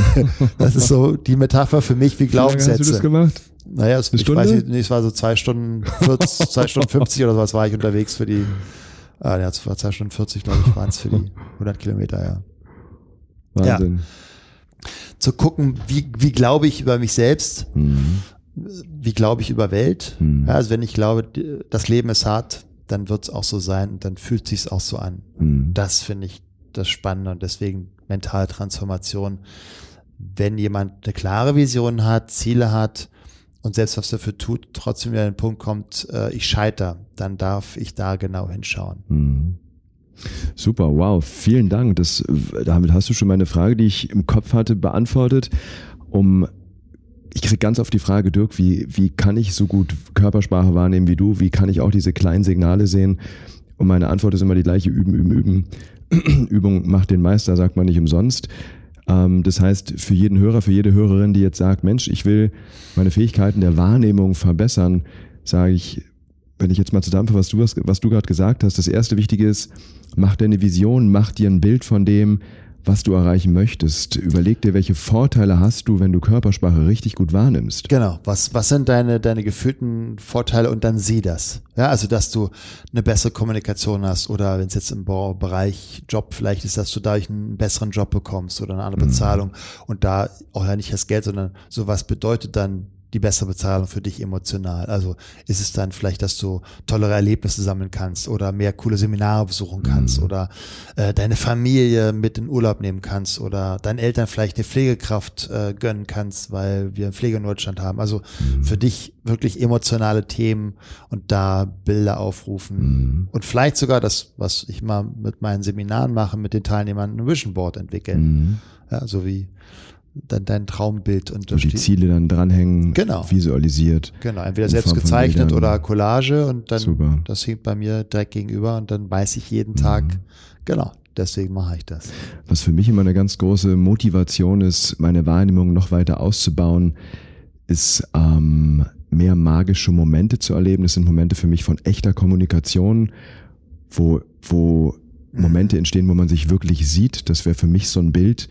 das ist so die Metapher für mich wie Glaubenssätze. Wie lange hast du das gemacht? Naja, es, ich weiß nicht, es war so zwei Stunden vierzig, zwei Stunden fünfzig oder sowas war ich unterwegs für die, ah, ja, es war zwei Stunden vierzig, glaube ich, waren es für die hundert Kilometer, ja. Wahnsinn. Ja. Zu gucken, wie, wie glaube ich über mich selbst, mhm. wie glaube ich über Welt. Mhm. Ja, also wenn ich glaube, das Leben ist hart, dann wird es auch so sein und dann fühlt sich's auch so an. Mhm. Das finde ich das Spannende und deswegen mentale Transformation. Wenn jemand eine klare Vision hat, Ziele hat und selbst was dafür tut, trotzdem wieder an den Punkt kommt, äh, ich scheitere, dann darf ich da genau hinschauen. Mhm. Super, wow, vielen Dank. Das, damit hast du schon meine Frage, die ich im Kopf hatte, beantwortet. Um Ich kriege ganz oft die Frage, Dirk, wie, wie kann ich so gut Körpersprache wahrnehmen wie du? Wie kann ich auch diese kleinen Signale sehen? Und meine Antwort ist immer die gleiche, üben, üben, üben. Übung macht den Meister, sagt man nicht umsonst. Ähm, das heißt, für jeden Hörer, für jede Hörerin, die jetzt sagt, Mensch, ich will meine Fähigkeiten der Wahrnehmung verbessern, sage ich, wenn ich jetzt mal zusammenfasse, was du, was, was du gerade gesagt hast, das erste Wichtige ist, mach dir eine Vision, mach dir ein Bild von dem, was du erreichen möchtest. Überleg dir, welche Vorteile hast du, wenn du Körpersprache richtig gut wahrnimmst. Genau. Was, was sind deine, deine gefühlten Vorteile und dann sieh das. Ja, also, dass du eine bessere Kommunikation hast oder wenn es jetzt im Bereich Job vielleicht ist, dass du dadurch einen besseren Job bekommst oder eine andere Bezahlung mhm. und da auch ja nicht das Geld, sondern so was bedeutet dann die bessere Bezahlung für dich emotional? Also ist es dann vielleicht, dass du tollere Erlebnisse sammeln kannst oder mehr coole Seminare besuchen kannst mhm. oder äh, deine Familie mit in Urlaub nehmen kannst oder deinen Eltern vielleicht eine Pflegekraft äh, gönnen kannst, weil wir Pflege in Deutschland haben. Also mhm. für dich wirklich emotionale Themen und da Bilder aufrufen mhm. und vielleicht sogar das, was ich mal mit meinen Seminaren mache, mit den Teilnehmern ein Vision Board entwickeln. Mhm. Ja, so wie dann dein Traumbild und, und die Ziele dann dranhängen, genau. visualisiert. Genau, entweder selbst gezeichnet oder Collage und dann, Super. Das hängt bei mir direkt gegenüber und dann weiß ich jeden Tag, mhm. genau, deswegen mache ich das. Was für mich immer eine ganz große Motivation ist, meine Wahrnehmung noch weiter auszubauen, ist ähm, mehr magische Momente zu erleben. Das sind Momente für mich von echter Kommunikation, wo, wo mhm. Momente entstehen, wo man sich wirklich sieht. Das wäre für mich so ein Bild,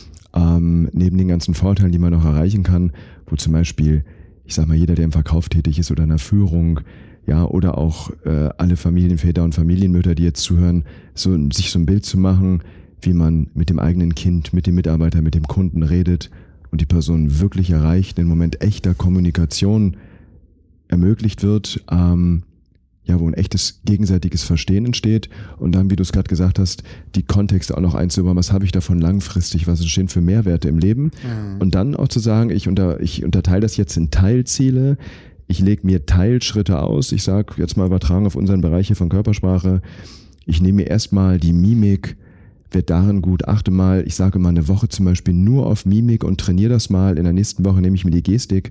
Ähm, neben den ganzen Vorteilen, die man noch erreichen kann, wo zum Beispiel, ich sag mal, jeder, der im Verkauf tätig ist oder in der Führung, ja, oder auch äh, alle Familienväter und Familienmütter, die jetzt zuhören, so, sich so ein Bild zu machen, wie man mit dem eigenen Kind, mit dem Mitarbeiter, mit dem Kunden redet und die Person wirklich erreicht, den Moment echter Kommunikation ermöglicht wird, ähm, ja, wo ein echtes gegenseitiges Verstehen entsteht und dann, wie du es gerade gesagt hast, die Kontexte auch noch einzubauen, was habe ich davon langfristig, was entstehen für Mehrwerte im Leben mhm. und dann auch zu sagen, ich, unter, ich unterteile das jetzt in Teilziele, ich lege mir Teilschritte aus, ich sage jetzt mal übertragen auf unseren Bereich hier von Körpersprache, ich nehme mir erstmal die Mimik, werde darin gut, achte mal, ich sage mal eine Woche zum Beispiel nur auf Mimik und trainiere das mal, in der nächsten Woche nehme ich mir die Gestik.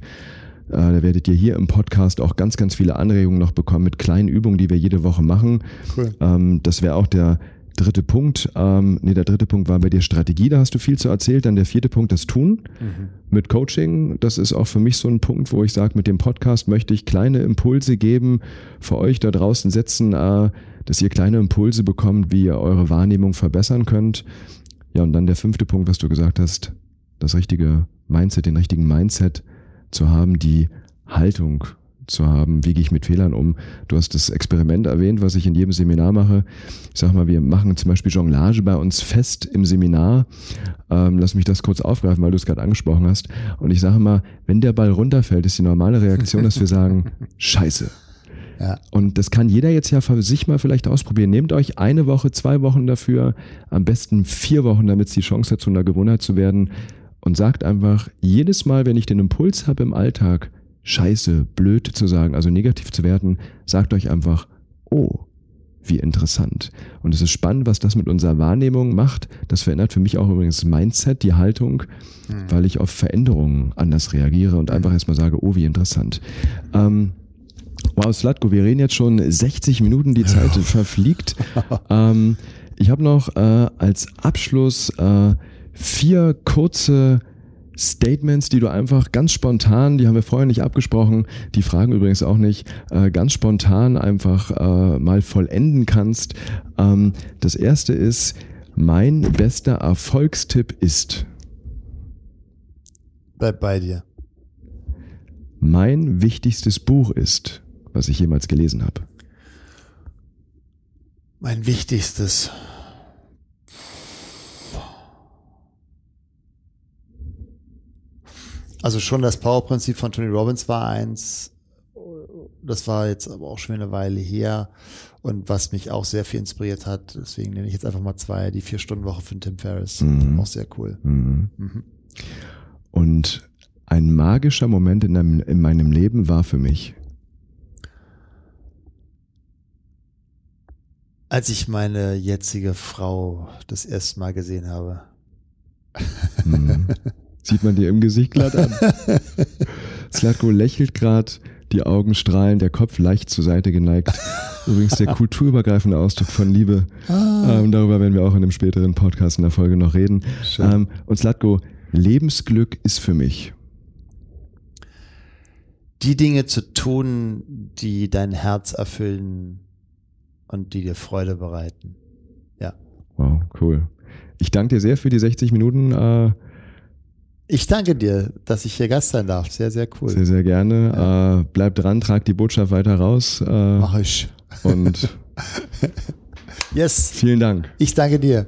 Da werdet ihr hier im Podcast auch ganz, ganz viele Anregungen noch bekommen mit kleinen Übungen, die wir jede Woche machen. Cool. Ähm, das wäre auch der dritte Punkt. Ähm, nee, der dritte Punkt war bei dir Strategie, da hast du viel zu erzählt. Dann der vierte Punkt, das Tun mhm. mit Coaching. Das ist auch für mich so ein Punkt, wo ich sage, mit dem Podcast möchte ich kleine Impulse geben, für euch da draußen setzen, äh, dass ihr kleine Impulse bekommt, wie ihr eure Wahrnehmung verbessern könnt. Ja, und dann der fünfte Punkt, was du gesagt hast, das richtige Mindset, den richtigen Mindset zu haben, die Haltung zu haben. Wie gehe ich mit Fehlern um? Du hast das Experiment erwähnt, was ich in jedem Seminar mache. Ich sag mal, wir machen zum Beispiel Jonglage bei uns fest im Seminar. Ähm, lass mich das kurz aufgreifen, weil du es gerade angesprochen hast. Und ich sage mal, wenn der Ball runterfällt, ist die normale Reaktion, dass wir sagen, Scheiße. Ja. Und das kann jeder jetzt ja für sich mal vielleicht ausprobieren. Nehmt euch eine Woche, zwei Wochen dafür, am besten vier Wochen, damit es die Chance hat, zu einer Gewohnheit zu werden. Und sagt einfach, jedes Mal, wenn ich den Impuls habe im Alltag, Scheiße, blöd zu sagen, also negativ zu werten, sagt euch einfach, oh, wie interessant. Und es ist spannend, was das mit unserer Wahrnehmung macht. Das verändert für mich auch übrigens das Mindset, die Haltung, mhm. weil ich auf Veränderungen anders reagiere und einfach erstmal sage, oh, wie interessant. Ähm, Wow, Zlatko, wir reden jetzt schon sechzig Minuten, die Zeit ja. verfliegt. ähm, ich habe noch äh, als Abschluss äh, vier kurze Statements, die du einfach ganz spontan, die haben wir vorher nicht abgesprochen, die Fragen übrigens auch nicht, äh, ganz spontan einfach äh, mal vollenden kannst. Ähm, das erste ist, mein bester Erfolgstipp ist... Bleib bei dir. Mein wichtigstes Buch ist... was ich jemals gelesen habe. Mein wichtigstes. Also schon das Power-Prinzip von Tony Robbins war eins. Das war jetzt aber auch schon eine Weile her. Und was mich auch sehr viel inspiriert hat, deswegen nenne ich jetzt einfach mal zwei, die Vier-Stunden-Woche von Tim Ferriss. Mhm. Auch sehr cool. Mhm. Mhm. Und ein magischer Moment in, einem, in meinem Leben war für mich, als ich meine jetzige Frau das erste Mal gesehen habe. Mhm. Sieht man dir im Gesicht glatt an. Zlatko lächelt gerade, die Augen strahlen, der Kopf leicht zur Seite geneigt. Übrigens der kulturübergreifende Ausdruck von Liebe. Ah. Ähm, darüber werden wir auch in einem späteren Podcast in der Folge noch reden. Ähm, und Zlatko, Lebensglück ist für mich... die Dinge zu tun, die dein Herz erfüllen und die dir Freude bereiten. Ja. Wow, cool. Ich danke dir sehr für die sechzig Minuten. Äh, ich danke dir, dass ich hier Gast sein darf. Sehr, sehr cool. Sehr, sehr gerne. Ja. Äh, bleib dran, trag die Botschaft weiter raus. Äh, Mach ich. Und yes. Vielen Dank. Ich danke dir.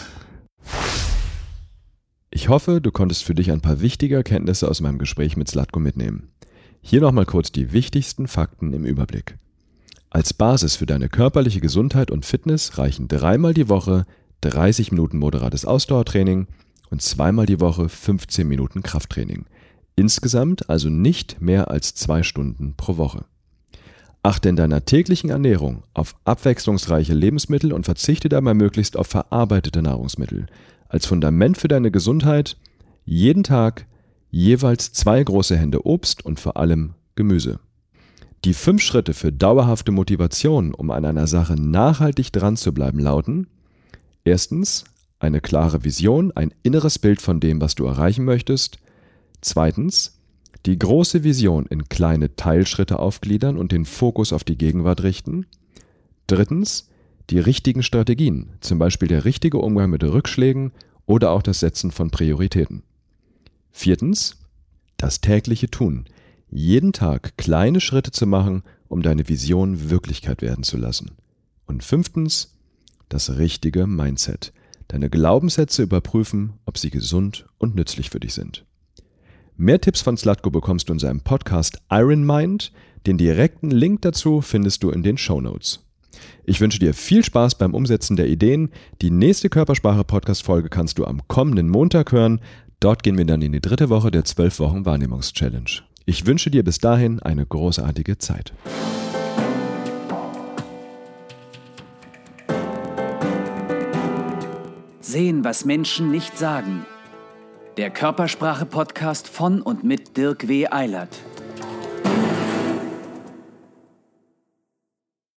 Ich hoffe, du konntest für dich ein paar wichtige Erkenntnisse aus meinem Gespräch mit Zlatko mitnehmen. Hier nochmal kurz die wichtigsten Fakten im Überblick. Als Basis für deine körperliche Gesundheit und Fitness reichen dreimal die Woche dreißig Minuten moderates Ausdauertraining und zweimal die Woche fünfzehn Minuten Krafttraining. Insgesamt also nicht mehr als zwei Stunden pro Woche. Achte in deiner täglichen Ernährung auf abwechslungsreiche Lebensmittel und verzichte dabei möglichst auf verarbeitete Nahrungsmittel. Als Fundament für deine Gesundheit jeden Tag jeweils zwei große Hände Obst und vor allem Gemüse. Die fünf Schritte für dauerhafte Motivation, um an einer Sache nachhaltig dran zu bleiben, lauten: Erstens, eine klare Vision, ein inneres Bild von dem, was du erreichen möchtest. Zweitens, die große Vision in kleine Teilschritte aufgliedern und den Fokus auf die Gegenwart richten. Drittens, die richtigen Strategien, zum Beispiel der richtige Umgang mit Rückschlägen oder auch das Setzen von Prioritäten. Viertens, das tägliche Tun. Jeden Tag kleine Schritte zu machen, um deine Vision Wirklichkeit werden zu lassen. Und fünftens, das richtige Mindset. Deine Glaubenssätze überprüfen, ob sie gesund und nützlich für dich sind. Mehr Tipps von Zlatko bekommst du in seinem Podcast Iron Mind. Den direkten Link dazu findest du in den Shownotes. Ich wünsche dir viel Spaß beim Umsetzen der Ideen. Die nächste Körpersprache-Podcast-Folge kannst du am kommenden Montag hören. Dort gehen wir dann in die dritte Woche der zwölf Wochen Wahrnehmungs-Challenge. Ich wünsche dir bis dahin eine großartige Zeit. Sehen, was Menschen nicht sagen. Der Körpersprache-Podcast von und mit Dirk W. Eilert.